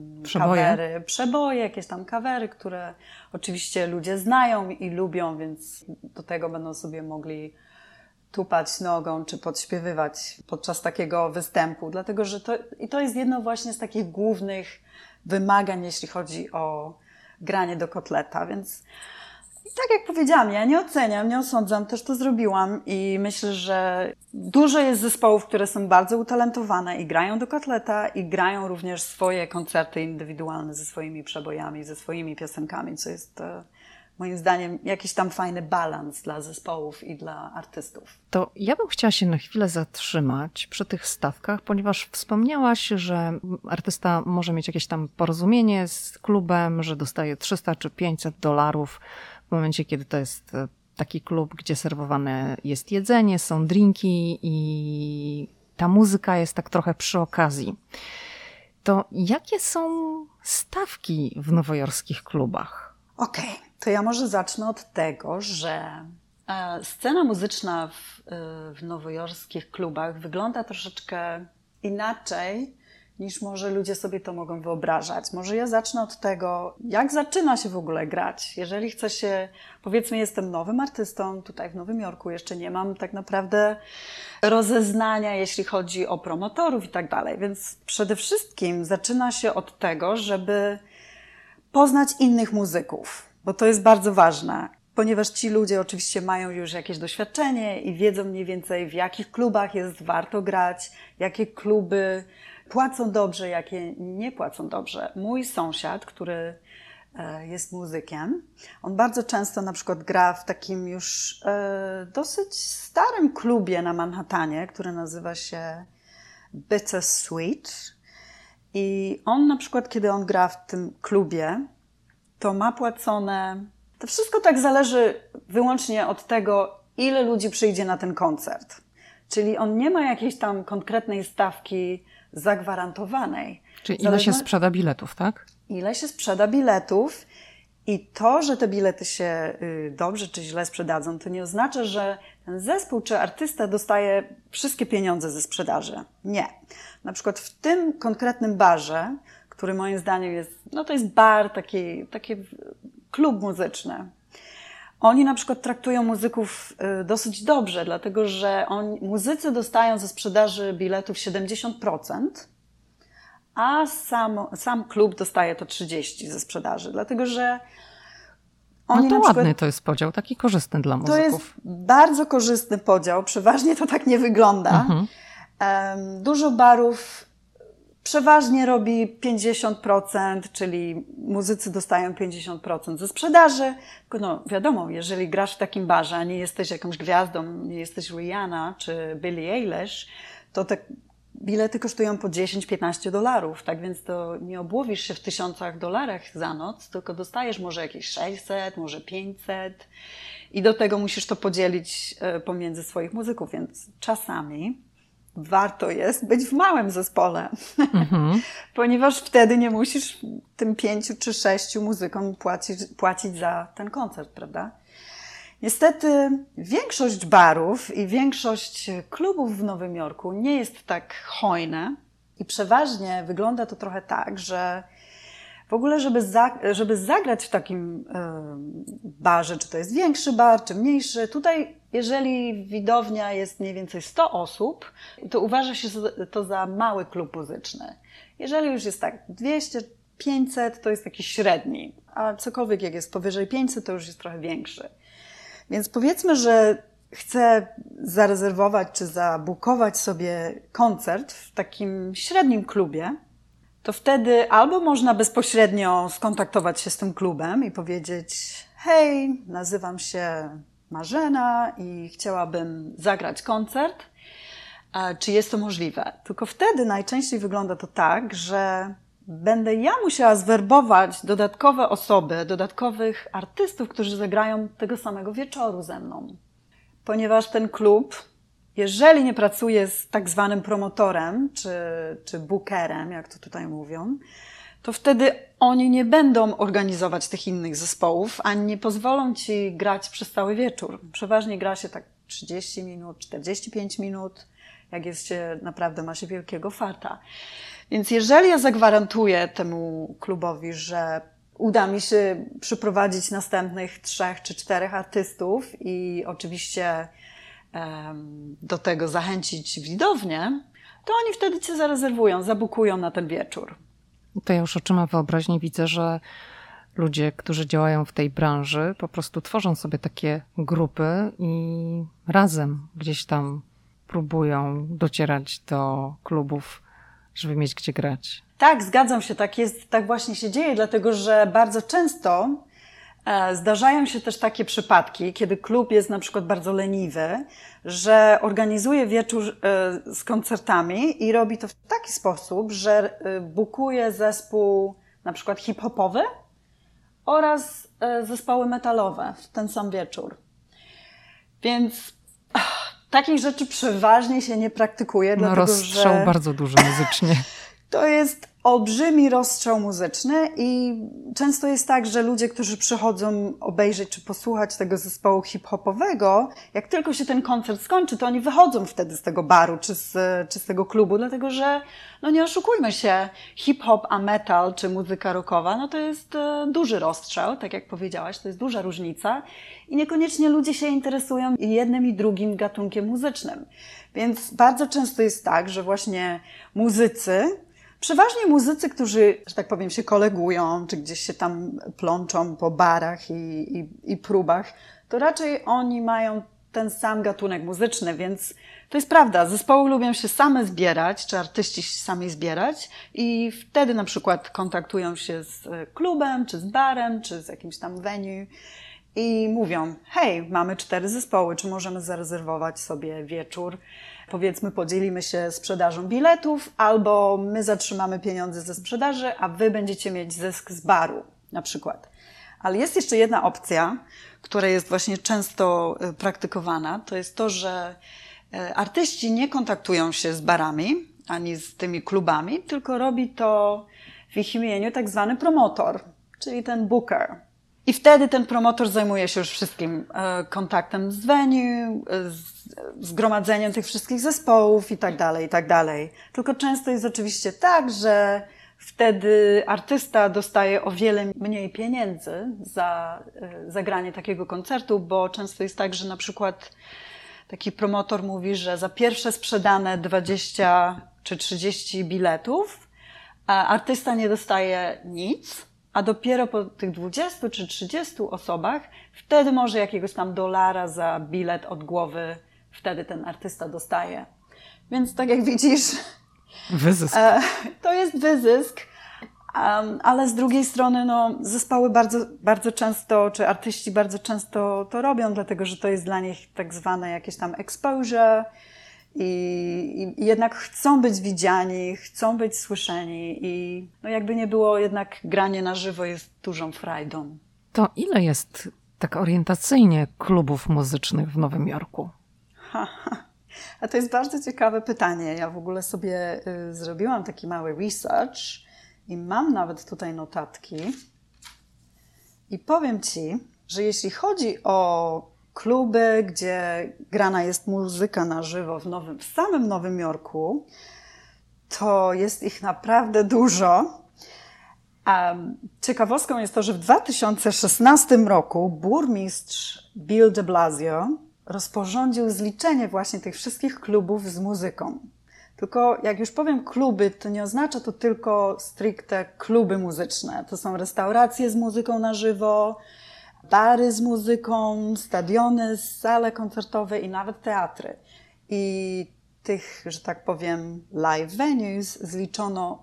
przeboje, jakieś tam kawery, które oczywiście ludzie znają i lubią, więc do tego będą sobie mogli tupać nogą czy podśpiewywać podczas takiego występu, dlatego że to jest jedno właśnie z takich głównych wymagań, jeśli chodzi o granie do kotleta, więc tak jak powiedziałam, ja nie oceniam, nie osądzam, też to zrobiłam i myślę, że dużo jest zespołów, które są bardzo utalentowane i grają do kotleta i grają również swoje koncerty indywidualne ze swoimi przebojami, ze swoimi piosenkami, co jest moim zdaniem jakiś tam fajny balans dla zespołów i dla artystów. To ja bym chciała się na chwilę zatrzymać przy tych stawkach, ponieważ wspomniałaś, że artysta może mieć jakieś tam porozumienie z klubem, że dostaje 300 czy $500 w momencie, kiedy to jest taki klub, gdzie serwowane jest jedzenie, są drinki i ta muzyka jest tak trochę przy okazji. To jakie są stawki w nowojorskich klubach? Okej, to ja może zacznę od tego, że scena muzyczna w nowojorskich klubach wygląda troszeczkę inaczej niż może ludzie sobie to mogą wyobrażać. Może ja zacznę od tego, jak zaczyna się w ogóle grać. Jeżeli chcę się, powiedzmy, jestem nowym artystą tutaj w Nowym Jorku, jeszcze nie mam tak naprawdę rozeznania, jeśli chodzi o promotorów i tak dalej. Więc przede wszystkim zaczyna się od tego, żeby poznać innych muzyków, bo to jest bardzo ważne, ponieważ ci ludzie oczywiście mają już jakieś doświadczenie i wiedzą mniej więcej, w jakich klubach jest warto grać, jakie kluby płacą dobrze, jakie nie płacą dobrze. Mój sąsiad, który jest muzykiem, on bardzo często na przykład gra w takim już dosyć starym klubie na Manhattanie, który nazywa się Bittersweet. I on na przykład, kiedy on gra w tym klubie, to ma płacone... To wszystko tak zależy wyłącznie od tego, ile ludzi przyjdzie na ten koncert. Czyli on nie ma jakiejś tam konkretnej stawki zagwarantowanej. Czyli ile się sprzeda biletów, tak? Ile się sprzeda biletów i to, że te bilety się dobrze czy źle sprzedadzą, to nie oznacza, że ten zespół czy artysta dostaje wszystkie pieniądze ze sprzedaży. Nie. Na przykład w tym konkretnym barze, który moim zdaniem jest, no to jest bar, taki klub muzyczny. Oni na przykład traktują muzyków dosyć dobrze, dlatego że muzycy dostają ze sprzedaży biletów 70%, a sam klub dostaje to 30% ze sprzedaży, dlatego że oni no to na przykład, ładny to jest podział, taki korzystny dla muzyków. To jest bardzo korzystny podział, przeważnie to tak nie wygląda. Dużo barów przeważnie robi 50%, czyli muzycy dostają 50% ze sprzedaży. Tylko no wiadomo, jeżeli grasz w takim barze, a nie jesteś jakąś gwiazdą, nie jesteś Rihanna czy Billie Eilish, to te bilety kosztują po $10-15, tak więc to nie obłowisz się w $1000 za noc, tylko dostajesz może jakieś 600, może 500 i do tego musisz to podzielić pomiędzy swoich muzyków, więc czasami warto jest być w małym zespole, ponieważ wtedy nie musisz tym 5 czy 6 muzykom płacić za ten koncert, prawda? Niestety większość barów i większość klubów w Nowym Jorku nie jest tak hojne i przeważnie wygląda to trochę tak, że w ogóle, żeby zagrać w takim barze, czy to jest większy bar, czy mniejszy, tutaj jeżeli widownia jest mniej więcej 100 osób, to uważa się to za mały klub muzyczny. Jeżeli już jest tak 200, 500, to jest taki średni, a cokolwiek jak jest powyżej 500, to już jest trochę większy. Więc powiedzmy, że chcę zarezerwować czy zabukować sobie koncert w takim średnim klubie, to wtedy albo można bezpośrednio skontaktować się z tym klubem i powiedzieć: hej, nazywam się Marzena i chciałabym zagrać koncert. Czy jest to możliwe? Tylko wtedy najczęściej wygląda to tak, że będę ja musiała zwerbować dodatkowe osoby, dodatkowych artystów, którzy zagrają tego samego wieczoru ze mną. Ponieważ ten klub, jeżeli nie pracuje z tak zwanym promotorem czy bookerem, jak to tutaj mówią, to wtedy oni nie będą organizować tych innych zespołów, ani nie pozwolą ci grać przez cały wieczór. Przeważnie gra się tak 30 minut, 45 minut, jak jest się, naprawdę ma się wielkiego farta. Więc jeżeli ja zagwarantuję temu klubowi, że uda mi się przyprowadzić następnych 3 czy 4 artystów i oczywiście do tego zachęcić widownię, to oni wtedy cię zarezerwują, zabukują na ten wieczór. To ja już oczyma wyobraźni widzę, że ludzie, którzy działają w tej branży, po prostu tworzą sobie takie grupy i razem gdzieś tam próbują docierać do klubów, żeby mieć gdzie grać. Tak, zgadzam się, tak jest, tak właśnie się dzieje, dlatego że bardzo często zdarzają się też takie przypadki, kiedy klub jest na przykład bardzo leniwy, że organizuje wieczór z koncertami i robi to w taki sposób, że bukuje zespół na przykład hip-hopowy oraz zespoły metalowe w ten sam wieczór. Więc takich rzeczy przeważnie się nie praktykuje, dlatego rozstrzał że bardzo duży muzycznie. To jest olbrzymi rozstrzał muzyczny i często jest tak, że ludzie, którzy przychodzą obejrzeć czy posłuchać tego zespołu hip-hopowego, jak tylko się ten koncert skończy, to oni wychodzą wtedy z tego baru czy z tego klubu, dlatego że, no nie oszukujmy się, hip-hop a metal czy muzyka rockowa, no to jest duży rozstrzał, tak jak powiedziałaś, to jest duża różnica i niekoniecznie ludzie się interesują jednym i drugim gatunkiem muzycznym. Więc bardzo często jest tak, że właśnie przeważnie muzycy, którzy, że tak powiem, się kolegują, czy gdzieś się tam plączą po barach i próbach, to raczej oni mają ten sam gatunek muzyczny, więc to jest prawda. Zespoły lubią się same zbierać, czy artyści się sami zbierać i wtedy na przykład kontaktują się z klubem, czy z barem, czy z jakimś tam venue i mówią: hej, mamy 4 zespoły, czy możemy zarezerwować sobie wieczór? Powiedzmy, podzielimy się sprzedażą biletów, albo my zatrzymamy pieniądze ze sprzedaży, a wy będziecie mieć zysk z baru, na przykład. Ale jest jeszcze jedna opcja, która jest właśnie często praktykowana, to jest to, że artyści nie kontaktują się z barami, ani z tymi klubami, tylko robi to w ich imieniu tak zwany promotor, czyli ten booker. I wtedy ten promotor zajmuje się już wszystkim kontaktem z venue, zgromadzeniem tych wszystkich zespołów i tak dalej, i tak dalej. Tylko często jest oczywiście tak, że wtedy artysta dostaje o wiele mniej pieniędzy za zagranie takiego koncertu, bo często jest tak, że na przykład taki promotor mówi, że za pierwsze sprzedane 20 czy 30 biletów artysta nie dostaje nic, a dopiero po tych 20 czy 30 osobach wtedy może jakiegoś tam $1 za bilet od głowy wtedy ten artysta dostaje. Więc tak jak widzisz, wyzysk. To jest wyzysk, ale z drugiej strony no, zespoły bardzo często, czy artyści bardzo często to robią, dlatego że to jest dla nich tak zwane jakieś tam exposure i jednak chcą być widziani, chcą być słyszeni i no jakby nie było, jednak granie na żywo jest dużą frajdą. To ile jest tak orientacyjnie klubów muzycznych w Nowym Jorku? A to jest bardzo ciekawe pytanie. Ja w ogóle sobie zrobiłam taki mały research i mam nawet tutaj notatki. I powiem Ci, że jeśli chodzi o kluby, gdzie grana jest muzyka na żywo w samym Nowym Jorku, to jest ich naprawdę dużo. Ciekawostką jest to, że w 2016 roku burmistrz Bill de Blasio rozporządził zliczenie właśnie tych wszystkich klubów z muzyką. Tylko jak już powiem kluby, to nie oznacza to tylko stricte kluby muzyczne. To są restauracje z muzyką na żywo, bary z muzyką, stadiony, sale koncertowe i nawet teatry. I tych, że tak powiem, live venues zliczono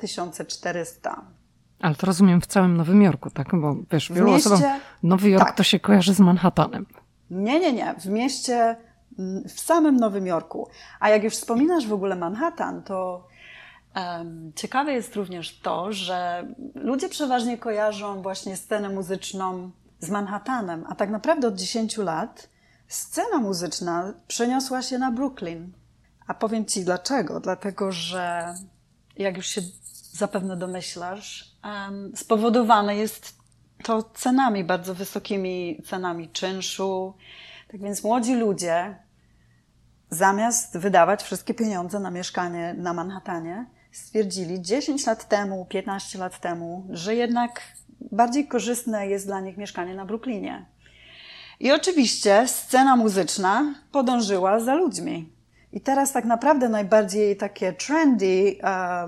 2400. Ale to rozumiem w całym Nowym Jorku, tak? Bo wiesz, wielu osobom Nowy Jork to się kojarzy z Manhattanem. Nie. W mieście, w samym Nowym Jorku. A jak już wspominasz w ogóle Manhattan, to ciekawe jest również to, że ludzie przeważnie kojarzą właśnie scenę muzyczną z Manhattanem, a tak naprawdę od 10 lat scena muzyczna przeniosła się na Brooklyn. A powiem Ci dlaczego. Dlatego, że jak już się zapewne domyślasz, spowodowane jest to cenami, bardzo wysokimi cenami czynszu. Tak więc młodzi ludzie, zamiast wydawać wszystkie pieniądze na mieszkanie na Manhattanie, stwierdzili 10 lat temu, 15 lat temu, że jednak bardziej korzystne jest dla nich mieszkanie na Brooklynie. I oczywiście scena muzyczna podążyła za ludźmi. I teraz tak naprawdę najbardziej takie trendy,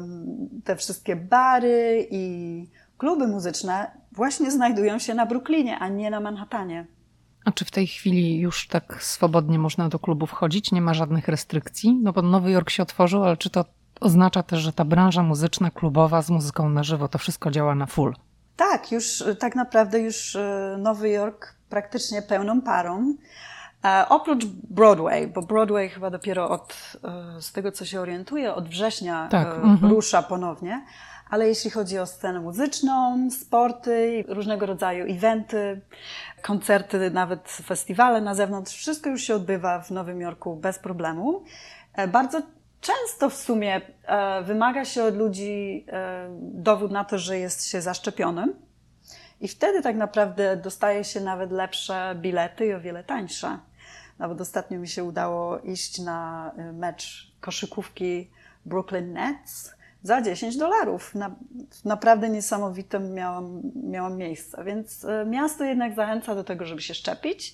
te wszystkie bary i kluby muzyczne właśnie znajdują się na Brooklynie, a nie na Manhattanie. A czy w tej chwili już tak swobodnie można do klubów chodzić? Nie ma żadnych restrykcji? No bo Nowy Jork się otworzył, ale czy to oznacza też, że ta branża muzyczna, klubowa z muzyką na żywo, to wszystko działa na full? Tak, tak naprawdę już Nowy Jork praktycznie pełną parą. Oprócz Broadway, bo Broadway chyba dopiero z tego co się orientuję, od września rusza ponownie, ale jeśli chodzi o scenę muzyczną, sporty, różnego rodzaju eventy, koncerty, nawet festiwale na zewnątrz, wszystko już się odbywa w Nowym Jorku bez problemu. Bardzo często w sumie wymaga się od ludzi dowód na to, że jest się zaszczepionym i wtedy tak naprawdę dostaje się nawet lepsze bilety i o wiele tańsze. Nawet ostatnio mi się udało iść na mecz koszykówki Brooklyn Nets za $10. Naprawdę niesamowitym miałam miejsce, więc miasto jednak zachęca do tego, żeby się szczepić.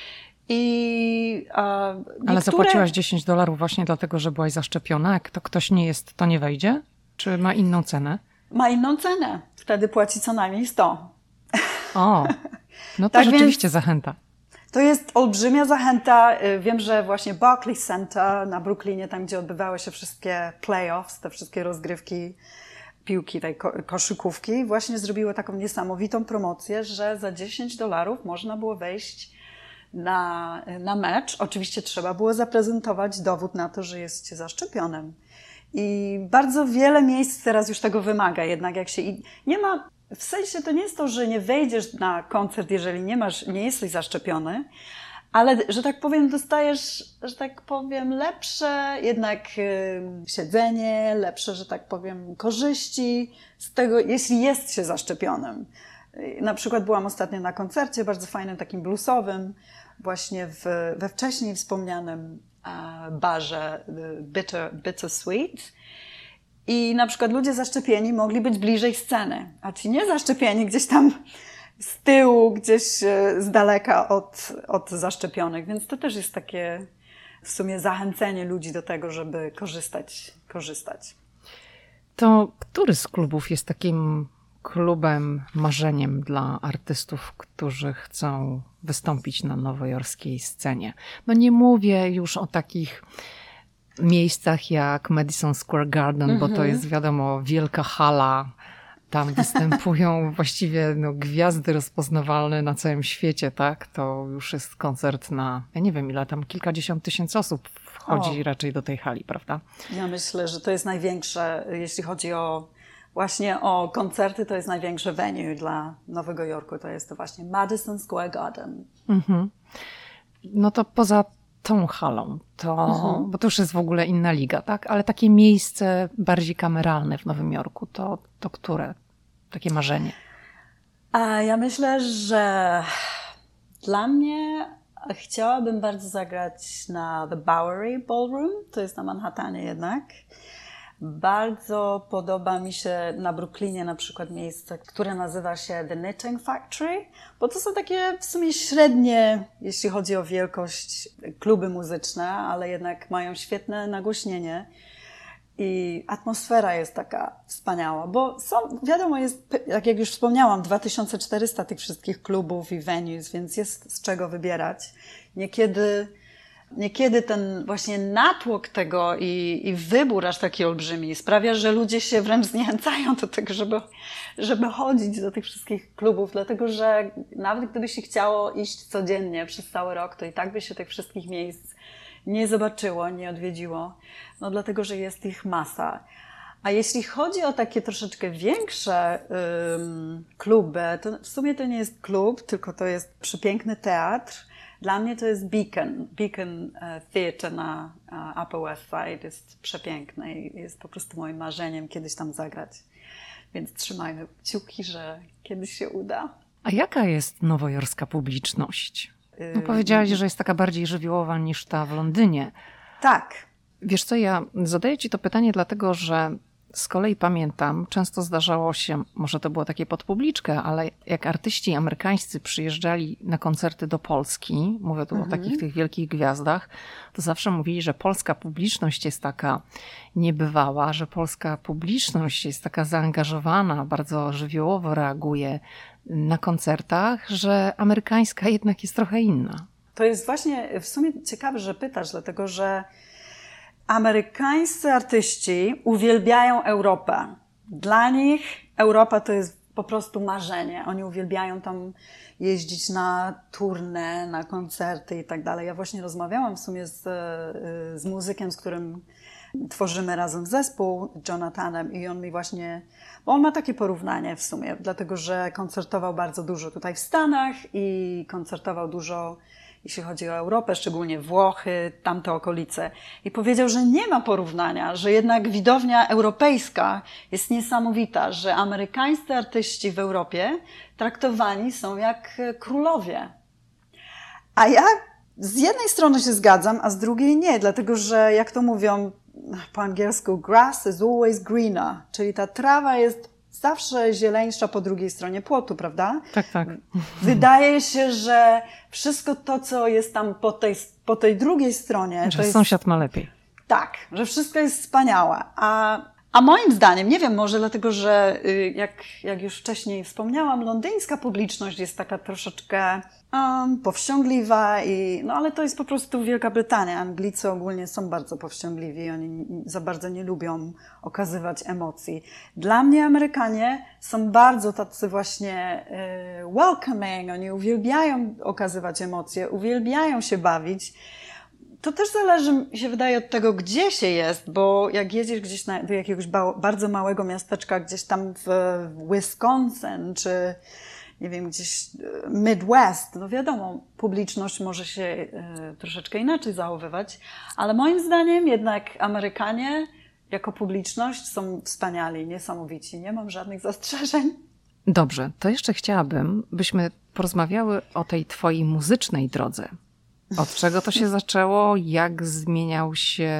Ale zapłaciłaś $10 właśnie dlatego, że byłaś zaszczepiona? Jak to ktoś nie jest, to nie wejdzie? Czy ma inną cenę? Ma inną cenę. Wtedy płaci co najmniej 100. O, no to tak rzeczywiście zachęta. To jest olbrzymia zachęta. Wiem, że właśnie Barclays Center na Brooklynie, tam gdzie odbywały się wszystkie playoffs, te wszystkie rozgrywki piłki, tej koszykówki, właśnie zrobiły taką niesamowitą promocję, że za $10 można było wejść na mecz. Oczywiście trzeba było zaprezentować dowód na to, że jest się zaszczepionym. I bardzo wiele miejsc teraz już tego wymaga, jednak jak się nie ma, w sensie to nie jest to, że nie wejdziesz na koncert, jeżeli nie jesteś zaszczepiony, ale, że tak powiem, dostajesz, że tak powiem, lepsze jednak siedzenie, lepsze, że tak powiem, korzyści z tego, jeśli jest się zaszczepionym. Na przykład byłam ostatnio na koncercie bardzo fajnym, takim bluesowym, właśnie we wcześniej wspomnianym barze Bitter Sweet. I na przykład ludzie zaszczepieni mogli być bliżej sceny, a ci niezaszczepieni gdzieś tam z tyłu, gdzieś z daleka od zaszczepionych. Więc to też jest takie w sumie zachęcenie ludzi do tego, żeby korzystać. To który z klubów jest takim klubem, marzeniem dla artystów, którzy chcą wystąpić na nowojorskiej scenie? No nie mówię już o takich miejscach jak Madison Square Garden, bo to jest wiadomo wielka hala. Tam występują właściwie gwiazdy rozpoznawalne na całym świecie, tak? To już jest koncert na, ja nie wiem ile tam, kilkadziesiąt tysięcy osób wchodzi raczej do tej hali, prawda? Ja myślę, że to jest największe, jeśli chodzi właśnie o koncerty, to jest największe venue dla Nowego Jorku. To jest to właśnie Madison Square Garden. No to poza tą halą, bo to już jest w ogóle inna liga, tak? Ale takie miejsce bardziej kameralne w Nowym Jorku, to które? Takie marzenie? Ja myślę, że dla mnie chciałabym bardzo zagrać na The Bowery Ballroom, to jest na Manhattanie jednak. Bardzo podoba mi się na Brooklynie na przykład miejsce, które nazywa się The Knitting Factory, bo to są takie w sumie średnie, jeśli chodzi o wielkość, kluby muzyczne, ale jednak mają świetne nagłośnienie i atmosfera jest taka wspaniała, bo wiadomo, jest, jak już wspomniałam, 2400 tych wszystkich klubów i venues, więc jest z czego wybierać. Niekiedy ten właśnie natłok tego i wybór aż taki olbrzymi sprawia, że ludzie się wręcz zniechęcają do tego, żeby chodzić do tych wszystkich klubów, dlatego że nawet gdyby się chciało iść codziennie przez cały rok, to i tak by się tych wszystkich miejsc nie zobaczyło, nie odwiedziło, no dlatego, że jest ich masa. A jeśli chodzi o takie troszeczkę większe kluby, to w sumie to nie jest klub, tylko to jest przepiękny teatr. Dla mnie to jest Beacon Theatre na Upper West Side. Jest przepiękny i jest po prostu moim marzeniem kiedyś tam zagrać. Więc trzymajmy kciuki, że kiedyś się uda. A jaka jest nowojorska publiczność? No powiedziałaś, że jest taka bardziej żywiołowa niż ta w Londynie. Tak. Wiesz co, ja zadaję ci to pytanie dlatego, że z kolei pamiętam, często zdarzało się, może to było takie pod publiczkę, ale jak artyści amerykańscy przyjeżdżali na koncerty do Polski, mówię tu o takich tych wielkich gwiazdach, to zawsze mówili, że polska publiczność jest taka niebywała, że polska publiczność jest taka zaangażowana, bardzo żywiołowo reaguje na koncertach, że amerykańska jednak jest trochę inna. To jest właśnie w sumie ciekawe, że pytasz, dlatego że amerykańscy artyści uwielbiają Europę. Dla nich Europa to jest po prostu marzenie. Oni uwielbiają tam jeździć na tournée, na koncerty i tak dalej. Ja właśnie rozmawiałam w sumie z muzykiem, z którym tworzymy razem zespół, Jonathanem, i on mi właśnie, bo on ma takie porównanie w sumie, dlatego że koncertował bardzo dużo tutaj w Stanach i koncertował dużo, jeśli chodzi o Europę, szczególnie Włochy, tamte okolice. I powiedział, że nie ma porównania, że jednak widownia europejska jest niesamowita, że amerykańscy artyści w Europie traktowani są jak królowie. A ja z jednej strony się zgadzam, a z drugiej nie, dlatego że, jak to mówią po angielsku, grass is always greener, czyli ta trawa jest zawsze zieleńsza po drugiej stronie płotu, prawda? Tak, tak. Wydaje się, że wszystko to, co jest tam po tej drugiej stronie... Że sąsiad ma lepiej. Tak, że wszystko jest wspaniałe. A moim zdaniem, nie wiem, może dlatego, że jak już wcześniej wspomniałam, londyńska publiczność jest taka troszeczkę powściągliwa, no ale to jest po prostu Wielka Brytania. Anglicy ogólnie są bardzo powściągliwi, oni za bardzo nie lubią okazywać emocji. Dla mnie Amerykanie są bardzo tacy właśnie welcoming, oni uwielbiają okazywać emocje, uwielbiają się bawić. To też zależy, mi się wydaje, od tego, gdzie się jest, bo jak jedziesz gdzieś do jakiegoś bardzo małego miasteczka, gdzieś tam w Wisconsin, czy nie wiem, gdzieś Midwest, no wiadomo, publiczność może się troszeczkę inaczej zachowywać, ale moim zdaniem jednak Amerykanie jako publiczność są wspaniali, niesamowici, nie mam żadnych zastrzeżeń. Dobrze, to jeszcze chciałabym, byśmy porozmawiały o tej twojej muzycznej drodze. Od czego to się zaczęło? Jak zmieniało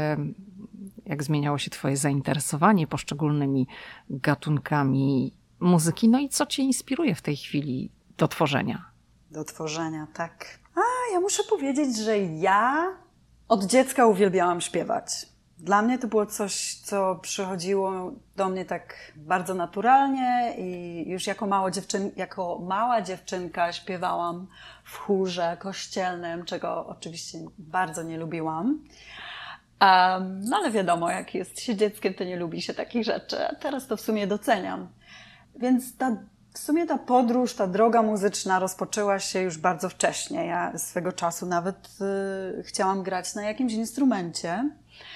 się twoje zainteresowanie poszczególnymi gatunkami muzyki? No i co cię inspiruje w tej chwili do tworzenia? Do tworzenia, tak. Ja muszę powiedzieć, że ja od dziecka uwielbiałam śpiewać. Dla mnie to było coś, co przychodziło do mnie tak bardzo naturalnie i już jako mała dziewczynka śpiewałam w chórze kościelnym, czego oczywiście bardzo nie lubiłam. No ale wiadomo, jak jest się dzieckiem, to nie lubi się takich rzeczy. A teraz to w sumie doceniam. Więc w sumie ta podróż, ta droga muzyczna rozpoczęła się już bardzo wcześnie. Ja swego czasu nawet chciałam grać na jakimś instrumencie.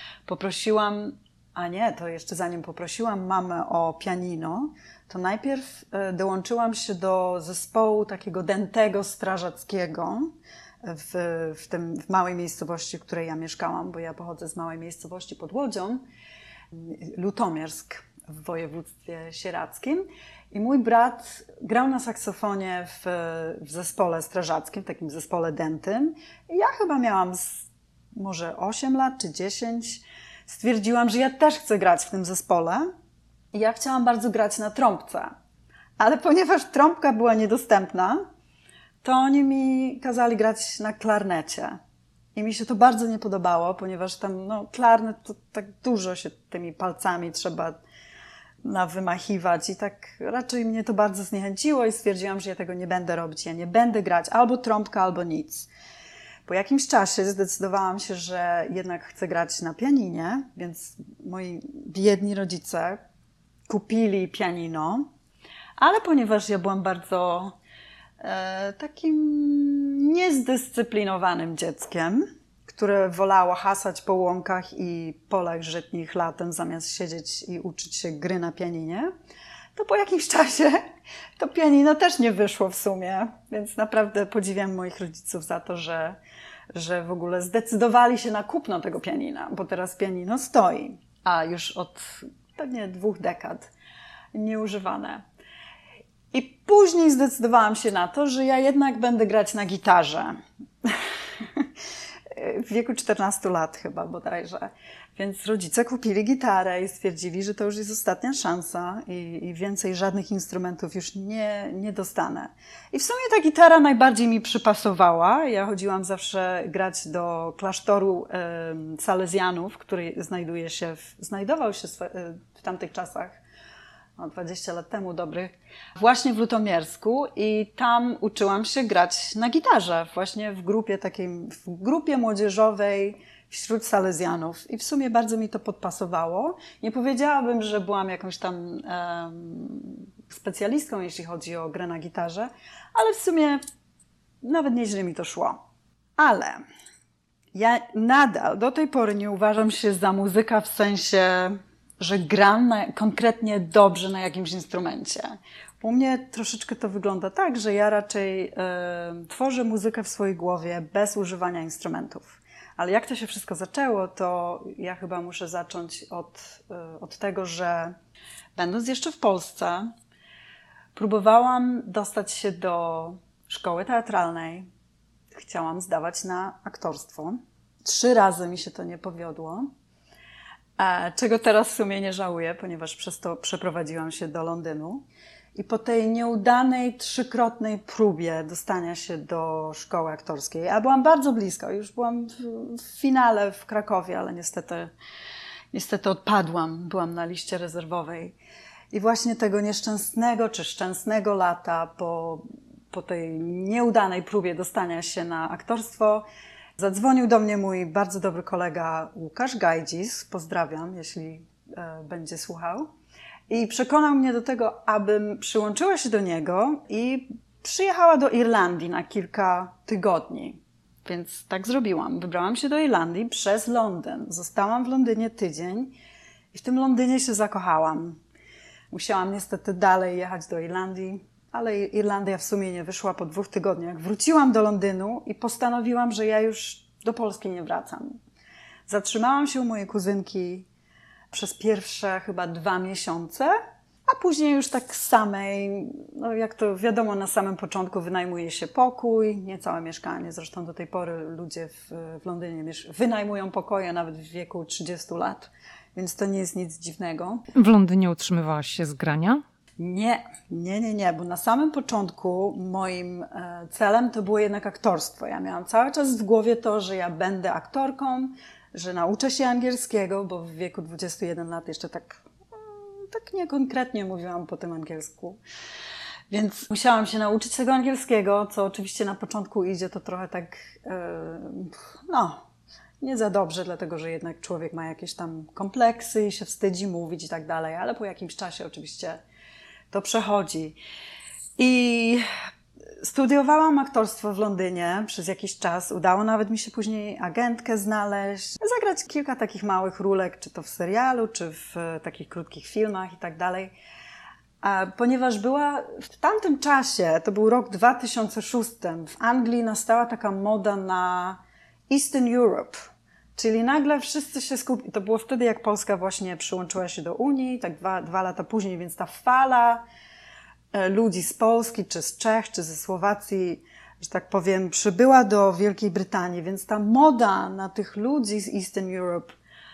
To jeszcze zanim poprosiłam mamę o pianino, to najpierw dołączyłam się do zespołu takiego dętego strażackiego w małej miejscowości, w której ja mieszkałam, bo ja pochodzę z małej miejscowości pod Łodzią, Lutomiersk w województwie sieradzkim. I mój brat grał na saksofonie w zespole strażackim, w takim zespole dętym. I ja chyba miałam może 8 lat czy 10. Stwierdziłam, że ja też chcę grać w tym zespole. I ja chciałam bardzo grać na trąbce. Ale ponieważ trąbka była niedostępna, to oni mi kazali grać na klarnecie. I mi się to bardzo nie podobało, ponieważ tam klarnet to tak dużo się tymi palcami trzeba wymachiwać i tak raczej mnie to bardzo zniechęciło i stwierdziłam, że ja tego nie będę robić, ja nie będę grać albo trąbka, albo nic. Po jakimś czasie zdecydowałam się, że jednak chcę grać na pianinie, więc moi biedni rodzice kupili pianino, ale ponieważ ja byłam bardzo takim niezdyscyplinowanym dzieckiem, które wolało hasać po łąkach i polach żytnich latem, zamiast siedzieć i uczyć się gry na pianinie, to po jakimś czasie to pianino też nie wyszło w sumie. Więc naprawdę podziwiam moich rodziców za to, że w ogóle zdecydowali się na kupno tego pianina, bo teraz pianino stoi, a już od pewnie 2 dekad nieużywane. I później zdecydowałam się na to, że ja jednak będę grać na gitarze. W wieku 14 lat chyba bodajże. Więc rodzice kupili gitarę i stwierdzili, że to już jest ostatnia szansa i więcej żadnych instrumentów już nie dostanę. I w sumie ta gitara najbardziej mi przypasowała. Ja chodziłam zawsze grać do klasztoru Salezjanów, który znajdował się w tamtych czasach, 20 lat temu dobrych, właśnie w Lutomiersku i tam uczyłam się grać na gitarze, właśnie w grupie młodzieżowej wśród Salezjanów i w sumie bardzo mi to podpasowało. Nie powiedziałabym, że byłam jakąś tam specjalistką, jeśli chodzi o grę na gitarze, ale w sumie nawet nieźle mi to szło. Ale ja nadal do tej pory nie uważam się za muzyka w sensie, że gram konkretnie dobrze na jakimś instrumencie. U mnie troszeczkę to wygląda tak, że ja raczej tworzę muzykę w swojej głowie bez używania instrumentów. Ale jak to się wszystko zaczęło, to ja chyba muszę zacząć od tego, że będąc jeszcze w Polsce, próbowałam dostać się do szkoły teatralnej. Chciałam zdawać na aktorstwo. 3 razy mi się to nie powiodło. Czego teraz w sumie nie żałuję, ponieważ przez to przeprowadziłam się do Londynu. I po tej nieudanej 3-krotnej próbie dostania się do szkoły aktorskiej, ja byłam bardzo blisko, już byłam w finale w Krakowie, ale niestety odpadłam, byłam na liście rezerwowej. I właśnie tego nieszczęsnego czy szczęsnego lata po tej nieudanej próbie dostania się na aktorstwo zadzwonił do mnie mój bardzo dobry kolega Łukasz Gajdzis, pozdrawiam, jeśli będzie słuchał, i przekonał mnie do tego, abym przyłączyła się do niego i przyjechała do Irlandii na kilka tygodni. Więc tak zrobiłam. Wybrałam się do Irlandii przez Londyn. Zostałam w Londynie tydzień i w tym Londynie się zakochałam. Musiałam niestety dalej jechać do Irlandii, ale Irlandia w sumie nie wyszła po 2 tygodniach. Wróciłam do Londynu i postanowiłam, że ja już do Polski nie wracam. Zatrzymałam się u mojej kuzynki przez pierwsze chyba 2 miesiące, a później już tak samej, jak to wiadomo, na samym początku wynajmuje się pokój, nie całe mieszkanie. Zresztą do tej pory ludzie w Londynie wynajmują pokoje nawet w wieku 30 lat, więc to nie jest nic dziwnego. W Londynie utrzymywałaś się z grania? Nie, bo na samym początku moim celem to było jednak aktorstwo. Ja miałam cały czas w głowie to, że ja będę aktorką, że nauczę się angielskiego, bo w wieku 21 lat jeszcze tak niekonkretnie mówiłam po tym angielsku. Więc musiałam się nauczyć tego angielskiego, co oczywiście na początku idzie to trochę tak, nie za dobrze, dlatego że jednak człowiek ma jakieś tam kompleksy i się wstydzi mówić i tak dalej, ale po jakimś czasie oczywiście to przechodzi. I studiowałam aktorstwo w Londynie przez jakiś czas. Udało nawet mi się później agentkę znaleźć, zagrać kilka takich małych rólek, czy to w serialu, czy w takich krótkich filmach i tak dalej. ponieważ była w tamtym czasie, to był rok 2006, w Anglii nastała taka moda na Eastern Europe, czyli nagle wszyscy się skupili. To było wtedy, jak Polska właśnie przyłączyła się do Unii, tak dwa lata później, więc ta fala ludzi z Polski, czy z Czech, czy ze Słowacji, że tak powiem, przybyła do Wielkiej Brytanii, więc ta moda na tych ludzi z Eastern Europe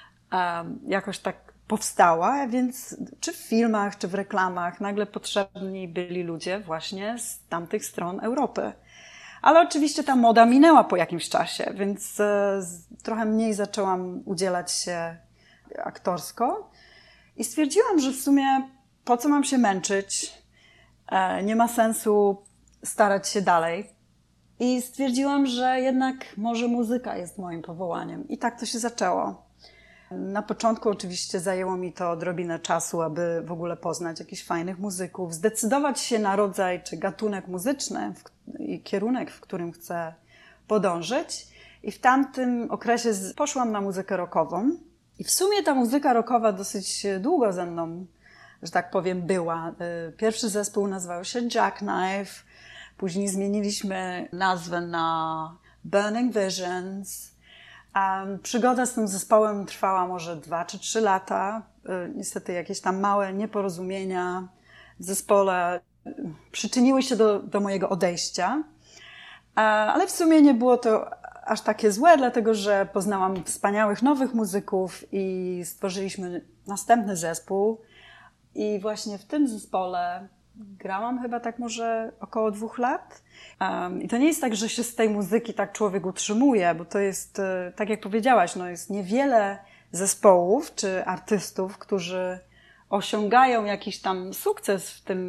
jakoś tak powstała, więc czy w filmach, czy w reklamach nagle potrzebni byli ludzie właśnie z tamtych stron Europy. Ale oczywiście ta moda minęła po jakimś czasie, więc trochę mniej zaczęłam udzielać się aktorsko i stwierdziłam, że w sumie po co mam się męczyć, nie ma sensu starać się dalej. I stwierdziłam, że jednak może muzyka jest moim powołaniem. I tak to się zaczęło. Na początku oczywiście zajęło mi to odrobinę czasu, aby w ogóle poznać jakichś fajnych muzyków, zdecydować się na rodzaj czy gatunek muzyczny i kierunek, w którym chcę podążyć. I w tamtym okresie poszłam na muzykę rockową. I w sumie ta muzyka rockowa dosyć długo ze mną, że tak powiem, była. Pierwszy zespół nazywał się Jackknife. Później zmieniliśmy nazwę na Burning Visions. Przygoda z tym zespołem trwała może 2 czy 3 lata. Niestety jakieś tam małe nieporozumienia w zespole przyczyniły się do mojego odejścia. Ale w sumie nie było to aż takie złe, dlatego że poznałam wspaniałych nowych muzyków i stworzyliśmy następny zespół. I właśnie w tym zespole grałam chyba tak może około 2 lat. I to nie jest tak, że się z tej muzyki tak człowiek utrzymuje, bo to jest, tak jak powiedziałaś, no jest niewiele zespołów czy artystów, którzy osiągają jakiś tam sukces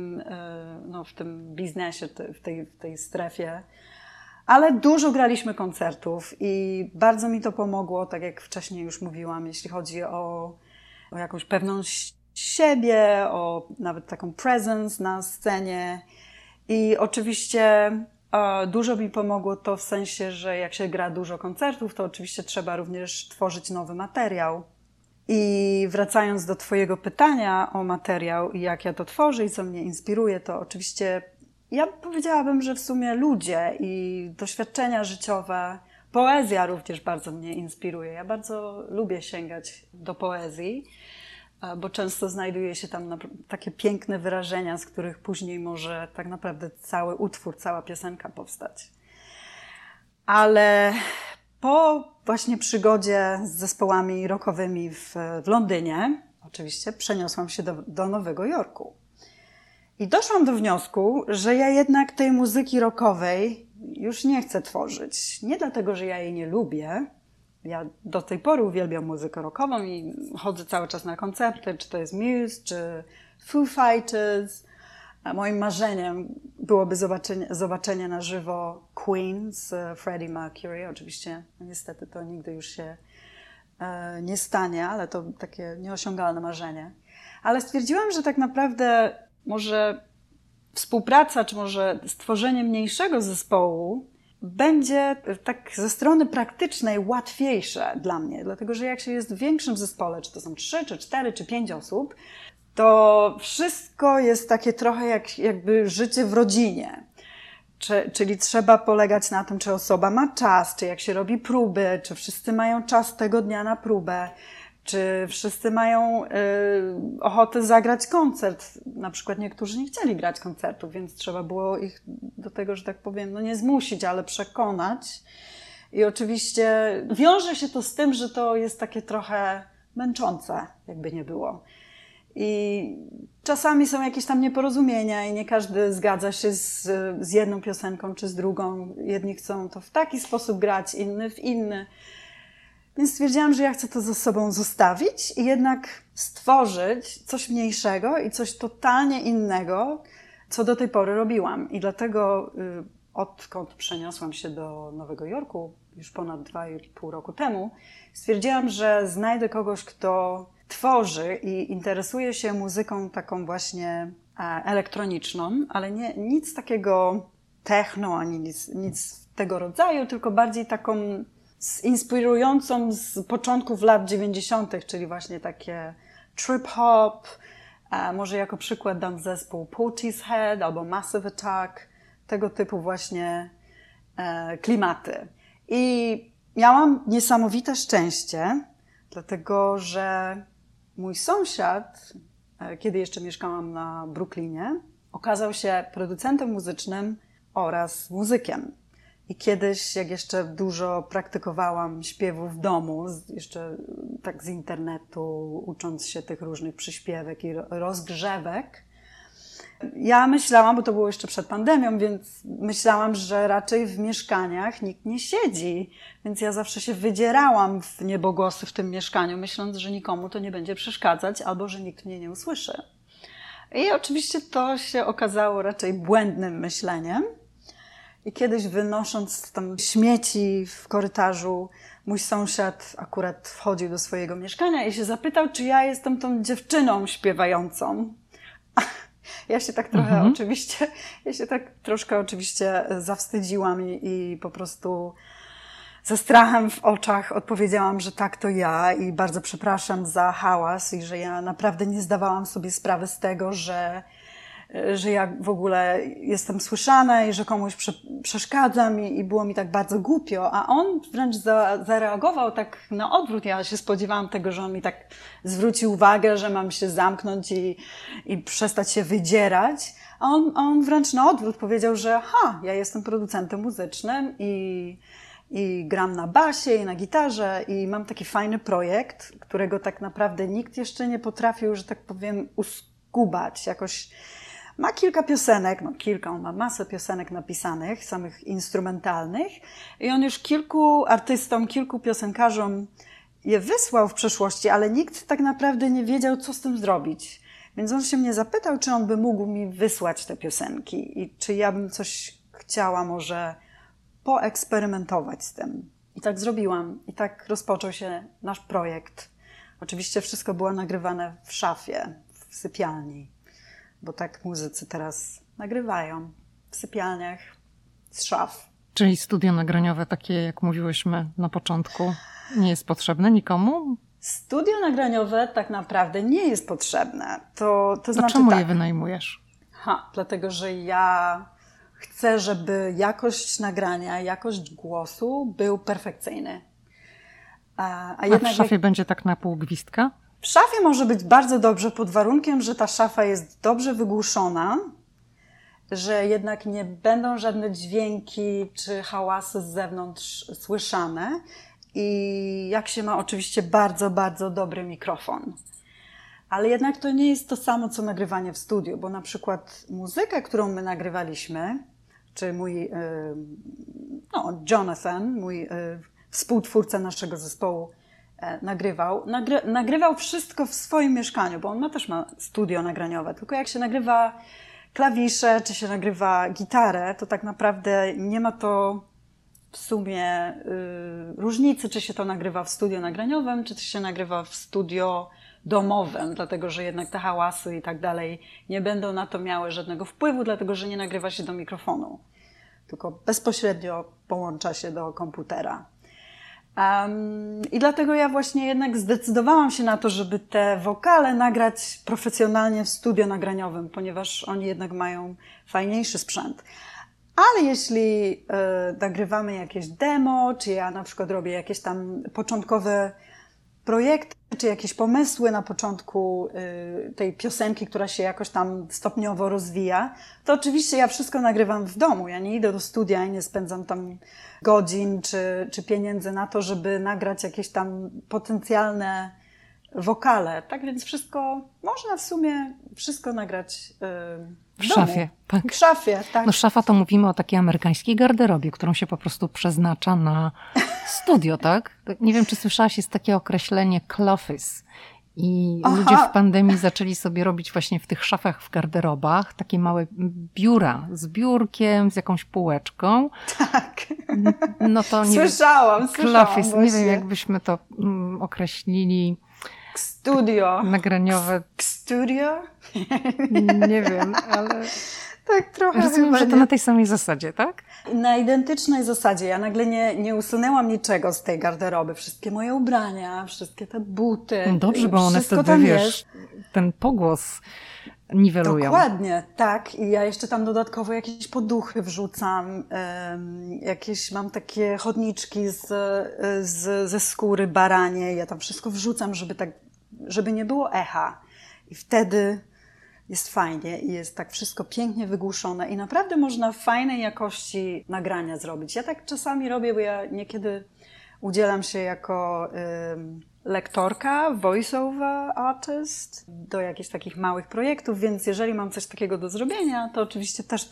w tym biznesie, w tej strefie. Ale dużo graliśmy koncertów i bardzo mi to pomogło, tak jak wcześniej już mówiłam, jeśli chodzi o jakąś pewność siebie, o nawet taką presence na scenie. I oczywiście dużo mi pomogło to w sensie, że jak się gra dużo koncertów, to oczywiście trzeba również tworzyć nowy materiał. I wracając do twojego pytania o materiał i jak ja to tworzę i co mnie inspiruje, to oczywiście ja powiedziałabym, że w sumie ludzie i doświadczenia życiowe, poezja również bardzo mnie inspiruje. Ja bardzo lubię sięgać do poezji, bo często znajduje się tam takie piękne wyrażenia, z których później może tak naprawdę cały utwór, cała piosenka powstać. Ale po właśnie przygodzie z zespołami rockowymi w Londynie, oczywiście przeniosłam się do Nowego Jorku. I doszłam do wniosku, że ja jednak tej muzyki rockowej już nie chcę tworzyć. Nie dlatego, że ja jej nie lubię. Ja do tej pory uwielbiam muzykę rockową i chodzę cały czas na koncerty, czy to jest Muse, czy Foo Fighters. A moim marzeniem byłoby zobaczenie na żywo Queen z Freddie Mercury. Oczywiście niestety to nigdy już się nie stanie, ale to takie nieosiągalne marzenie. Ale stwierdziłam, że tak naprawdę może współpraca, czy może stworzenie mniejszego zespołu będzie tak ze strony praktycznej łatwiejsze dla mnie, dlatego że jak się jest w większym zespole, czy to są 3, czy 4, czy 5 osób, to wszystko jest takie trochę jakby życie w rodzinie. Czyli trzeba polegać na tym, czy osoba ma czas, czy jak się robi próby, czy wszyscy mają czas tego dnia na próbę, czy wszyscy mają ochotę zagrać koncert. Na przykład niektórzy nie chcieli grać koncertów, więc trzeba było ich do tego, że tak powiem, no nie zmusić, ale przekonać. I oczywiście wiąże się to z tym, że to jest takie trochę męczące, jakby nie było. I czasami są jakieś tam nieporozumienia i nie każdy zgadza się z jedną piosenką czy z drugą. Jedni chcą to w taki sposób grać, inny w inny. Więc stwierdziłam, że ja chcę to ze sobą zostawić i jednak stworzyć coś mniejszego i coś totalnie innego, co do tej pory robiłam. I dlatego odkąd przeniosłam się do Nowego Jorku, już ponad 2,5 roku temu, stwierdziłam, że znajdę kogoś, kto tworzy i interesuje się muzyką taką właśnie elektroniczną, ale nic takiego techno, ani nic tego rodzaju, tylko bardziej taką inspirującą z początków lat 90., czyli właśnie takie trip hop, Może jako przykład dam zespół Portishead albo Massive Attack, tego typu właśnie klimaty. I miałam niesamowite szczęście, dlatego że mój sąsiad, kiedy jeszcze mieszkałam na Brooklynie, okazał się producentem muzycznym oraz muzykiem. I kiedyś, jak jeszcze dużo praktykowałam śpiewu w domu, jeszcze tak z internetu, ucząc się tych różnych przyśpiewek i rozgrzewek, ja myślałam, bo to było jeszcze przed pandemią, więc myślałam, że raczej w mieszkaniach nikt nie siedzi. Więc ja zawsze się wydzierałam w niebogłosy w tym mieszkaniu, myśląc, że nikomu to nie będzie przeszkadzać albo że nikt mnie nie usłyszy. I oczywiście to się okazało raczej błędnym myśleniem. I kiedyś wynosząc tam śmieci w korytarzu, mój sąsiad akurat wchodził do swojego mieszkania i się zapytał, czy ja jestem tą dziewczyną śpiewającą. Ja się tak trochę troszkę oczywiście zawstydziłam i po prostu ze strachem w oczach odpowiedziałam, że tak, to ja i bardzo przepraszam za hałas i że ja naprawdę nie zdawałam sobie sprawy z tego, że ja w ogóle jestem słyszana i że komuś przeszkadzam i było mi tak bardzo głupio, a on wręcz zareagował tak na odwrót. Ja się spodziewałam tego, że on mi tak zwróci uwagę, że mam się zamknąć i przestać się wydzierać, a on wręcz na odwrót powiedział, że ja jestem producentem muzycznym i gram na basie i na gitarze i mam taki fajny projekt, którego tak naprawdę nikt jeszcze nie potrafił, że tak powiem, uskubać jakoś. Ma kilka piosenek, on ma masę piosenek napisanych, samych instrumentalnych i on już kilku artystom, kilku piosenkarzom je wysłał w przeszłości, ale nikt tak naprawdę nie wiedział, co z tym zrobić. Więc on się mnie zapytał, czy on by mógł mi wysłać te piosenki i czy ja bym coś chciała może poeksperymentować z tym. I tak zrobiłam. I tak rozpoczął się nasz projekt. Oczywiście wszystko było nagrywane w szafie, w sypialni. Bo tak muzycy teraz nagrywają w sypialniach z szaf. Czyli studio nagraniowe takie, jak mówiłyśmy na początku, nie jest potrzebne nikomu? Studio nagraniowe tak naprawdę nie jest potrzebne. To znaczy czemu tak, je wynajmujesz? Dlatego, że ja chcę, żeby jakość nagrania, jakość głosu był perfekcyjny. A w szafie będzie tak na pół gwizdka? W szafie może być bardzo dobrze pod warunkiem, że ta szafa jest dobrze wygłuszona, że jednak nie będą żadne dźwięki czy hałasy z zewnątrz słyszane i jak się ma oczywiście bardzo, bardzo dobry mikrofon. Ale jednak to nie jest to samo, co nagrywanie w studiu, bo na przykład muzykę, którą my nagrywaliśmy, czy mój Jonathan, mój współtwórca naszego zespołu, nagrywał wszystko w swoim mieszkaniu, bo on też ma studio nagraniowe. Tylko jak się nagrywa klawisze, czy się nagrywa gitarę, to tak naprawdę nie ma to w sumie różnicy, czy się to nagrywa w studio nagraniowym, czy się nagrywa w studio domowym, dlatego że jednak te hałasy i tak dalej nie będą na to miały żadnego wpływu, dlatego że nie nagrywa się do mikrofonu, tylko bezpośrednio połącza się do komputera. I dlatego ja właśnie jednak zdecydowałam się na to, żeby te wokale nagrać profesjonalnie w studio nagraniowym, ponieważ oni jednak mają fajniejszy sprzęt. Ale jeśli nagrywamy jakieś demo, czy ja na przykład robię jakieś tam początkowe projekty, czy jakieś pomysły na początku tej piosenki, która się jakoś tam stopniowo rozwija, to oczywiście ja wszystko nagrywam w domu. Ja nie idę do studia i nie spędzam tam godzin czy pieniędzy na to, żeby nagrać jakieś tam potencjalne wokale. Tak więc można w sumie wszystko nagrać w szafie, tak. W szafie, tak. No szafa to mówimy o takiej amerykańskiej garderobie, którą się po prostu przeznacza na studio, tak? Nie wiem, czy słyszałaś, jest takie określenie cloffice. I ludzie w pandemii zaczęli sobie robić właśnie w tych szafach w garderobach takie małe biura z biurkiem, z jakąś półeczką. Tak. No to nie Słyszałam cloffice, nie wiem, jakbyśmy to określili. Studio. Nagraniowe. Studio? Nie wiem, ale tak trochę. Rozumiem, że to na tej samej zasadzie, tak? Na identycznej zasadzie. Ja nagle nie usunęłam niczego z tej garderoby. Wszystkie moje ubrania, wszystkie te buty. Dobrze, bo one wtedy, wiesz, ten pogłos niwelują. Dokładnie, tak. I ja jeszcze tam dodatkowo jakieś poduchy wrzucam, jakieś mam takie chodniczki ze skóry baraniej. Ja tam wszystko wrzucam, żeby nie było echa. I wtedy jest fajnie i jest tak wszystko pięknie wygłuszone i naprawdę można fajnej jakości nagrania zrobić. Ja tak czasami robię, bo ja niekiedy udzielam się jako lektorka, voice-over artist do jakichś takich małych projektów, więc jeżeli mam coś takiego do zrobienia, to oczywiście też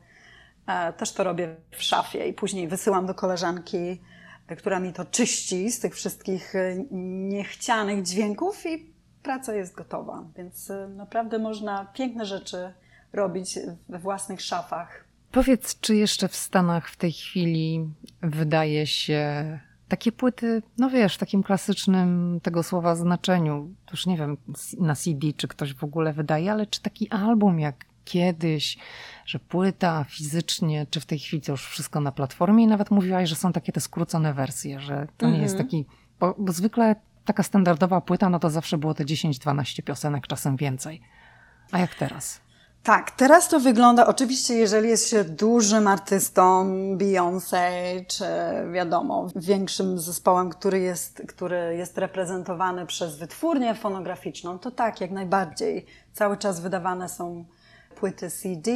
to robię w szafie i później wysyłam do koleżanki, która mi to czyści z tych wszystkich niechcianych dźwięków i praca jest gotowa. Więc naprawdę można piękne rzeczy robić we własnych szafach. Powiedz, czy jeszcze w Stanach w tej chwili wydaje się takie płyty, no wiesz, w takim klasycznym tego słowa znaczeniu, już nie wiem na CD, czy ktoś w ogóle wydaje, ale czy taki album jak kiedyś, że płyta fizycznie, czy w tej chwili to już wszystko na platformie i nawet mówiłaś, że są takie te skrócone wersje, że to nie jest taki, bo zwykle taka standardowa płyta, no to zawsze było te 10-12 piosenek, czasem więcej. A jak teraz? Tak, teraz to wygląda, oczywiście jeżeli jest się dużym artystą, Beyoncé, czy wiadomo, większym zespołem, który jest reprezentowany przez wytwórnię fonograficzną, to tak, jak najbardziej. Cały czas wydawane są płyty CD,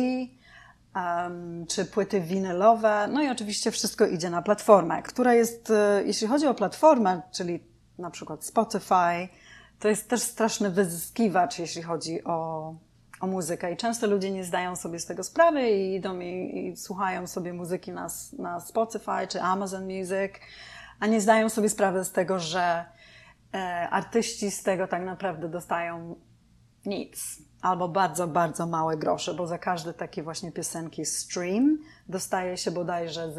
czy płyty winylowe, no i oczywiście wszystko idzie na platformę, która jest, jeśli chodzi o platformę, czyli na przykład Spotify, to jest też straszny wyzyskiwacz, jeśli chodzi o muzykę i często ludzie nie zdają sobie z tego sprawy i idą i słuchają sobie muzyki na Spotify czy Amazon Music, a nie zdają sobie sprawy z tego, że artyści z tego tak naprawdę dostają nic albo bardzo, bardzo małe grosze, bo za każde takie właśnie piosenki stream dostaje się bodajże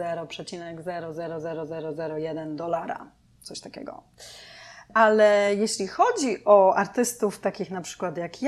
0,0000001 dolara, coś takiego. Ale jeśli chodzi o artystów takich na przykład jak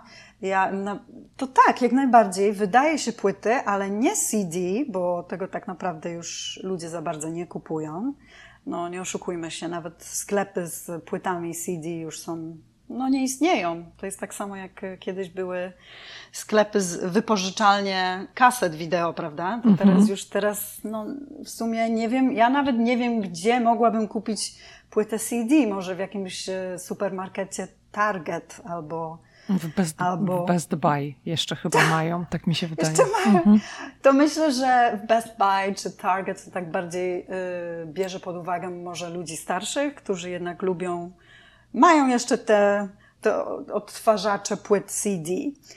to tak, jak najbardziej wydaje się płyty, ale nie CD, bo tego tak naprawdę już ludzie za bardzo nie kupują. No nie oszukujmy się, nawet sklepy z płytami CD już są, no nie istnieją. To jest tak samo jak kiedyś były sklepy wypożyczalnie kaset wideo, prawda? To teraz no w sumie nie wiem, ja nawet nie wiem, gdzie mogłabym kupić płytę CD, może w jakimś supermarkecie Target albo w Best Buy jeszcze chyba mają, tak mi się wydaje. Jeszcze mają. To myślę, że w Best Buy czy Target to tak bardziej bierze pod uwagę może ludzi starszych, którzy jednak mają jeszcze te odtwarzacze płyt CD.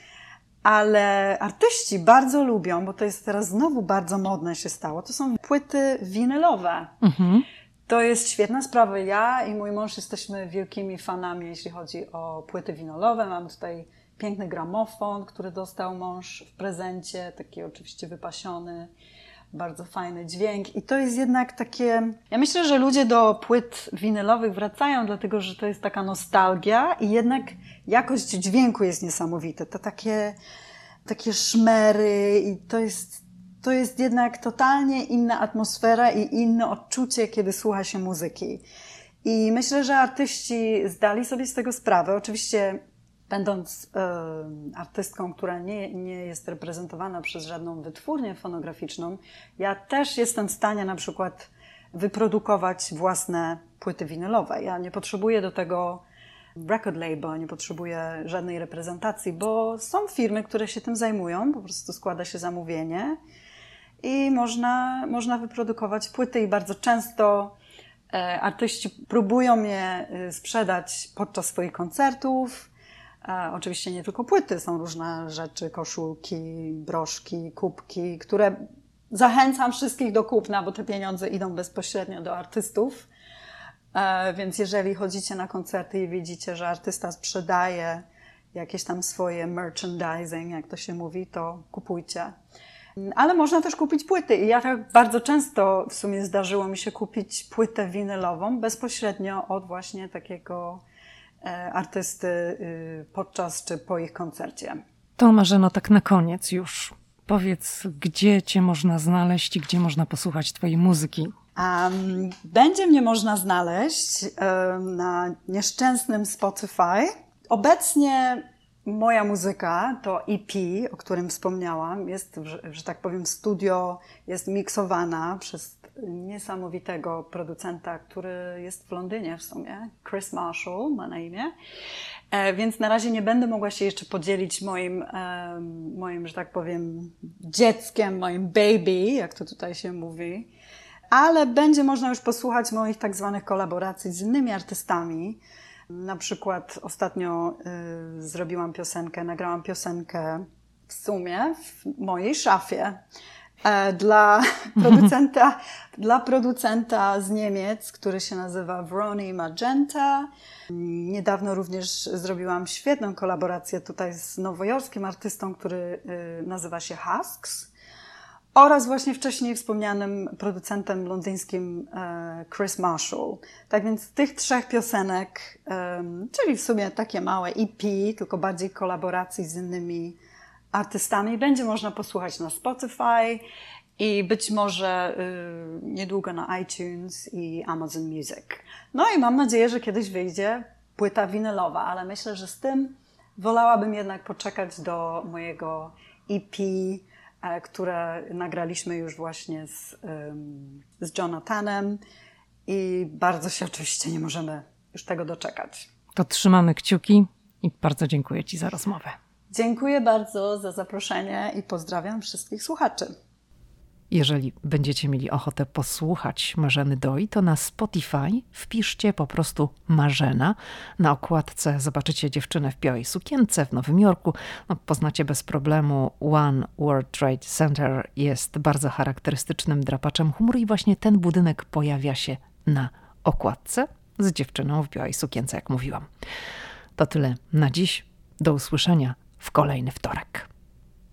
Ale artyści bardzo lubią, bo to jest teraz znowu bardzo modne się stało, to są płyty winylowe. To jest świetna sprawa. Ja i mój mąż jesteśmy wielkimi fanami, jeśli chodzi o płyty winylowe. Mam tutaj piękny gramofon, który dostał mąż w prezencie, taki oczywiście wypasiony, bardzo fajny dźwięk. I to jest jednak takie... Ja myślę, że ludzie do płyt winylowych wracają, dlatego że to jest taka nostalgia i jednak jakość dźwięku jest niesamowita. To takie szmery i to jest jednak totalnie inna atmosfera i inne odczucie, kiedy słucha się muzyki. I myślę, że artyści zdali sobie z tego sprawę. Oczywiście będąc artystką, która nie jest reprezentowana przez żadną wytwórnię fonograficzną, ja też jestem w stanie na przykład wyprodukować własne płyty winylowe. Ja nie potrzebuję do tego record label, nie potrzebuję żadnej reprezentacji, bo są firmy, które się tym zajmują, po prostu składa się zamówienie i można wyprodukować płyty i bardzo często artyści próbują je sprzedać podczas swoich koncertów. Oczywiście nie tylko płyty, są różne rzeczy, koszulki, broszki, kubki, które zachęcam wszystkich do kupna, bo te pieniądze idą bezpośrednio do artystów. Więc jeżeli chodzicie na koncerty i widzicie, że artysta sprzedaje jakieś tam swoje merchandising, jak to się mówi, to kupujcie. Ale można też kupić płyty i ja tak bardzo często w sumie zdarzyło mi się kupić płytę winylową bezpośrednio od właśnie takiego artysty podczas czy po ich koncercie. To Marzeno, tak na koniec już powiedz, gdzie Cię można znaleźć i gdzie można posłuchać Twojej muzyki? Będzie mnie można znaleźć na nieszczęsnym Spotify. Obecnie Moja muzyka, to EP, o którym wspomniałam, jest, że tak powiem, studio, jest miksowana przez niesamowitego producenta, który jest w Londynie w sumie, Chris Marshall ma na imię. Więc na razie nie będę mogła się jeszcze podzielić moim, że tak powiem, dzieckiem, moim baby, jak to tutaj się mówi. Ale będzie można już posłuchać moich tak zwanych kolaboracji z innymi artystami. Na przykład ostatnio nagrałam piosenkę w sumie w mojej szafie dla producenta z Niemiec, który się nazywa Vroni Magenta. Niedawno również zrobiłam świetną kolaborację tutaj z nowojorskim artystą, który nazywa się Husks. Oraz właśnie wcześniej wspomnianym producentem londyńskim Chris Marshall. Tak więc z tych 3 piosenek, czyli w sumie takie małe EP, tylko bardziej kolaboracji z innymi artystami, będzie można posłuchać na Spotify i być może niedługo na iTunes i Amazon Music. No i mam nadzieję, że kiedyś wyjdzie płyta winylowa, ale myślę, że z tym wolałabym jednak poczekać do mojego EP, które nagraliśmy już właśnie z Jonathanem i bardzo się oczywiście nie możemy już tego doczekać. To trzymamy kciuki i bardzo dziękuję Ci za rozmowę. Dziękuję bardzo za zaproszenie i pozdrawiam wszystkich słuchaczy. Jeżeli będziecie mieli ochotę posłuchać Marzeny Doi, to na Spotify wpiszcie po prostu Marzena. Na okładce zobaczycie dziewczynę w białej sukience w Nowym Jorku. No, poznacie bez problemu. One World Trade Center jest bardzo charakterystycznym drapaczem humoru i właśnie ten budynek pojawia się na okładce z dziewczyną w białej sukience, jak mówiłam. To tyle na dziś. Do usłyszenia w kolejny wtorek.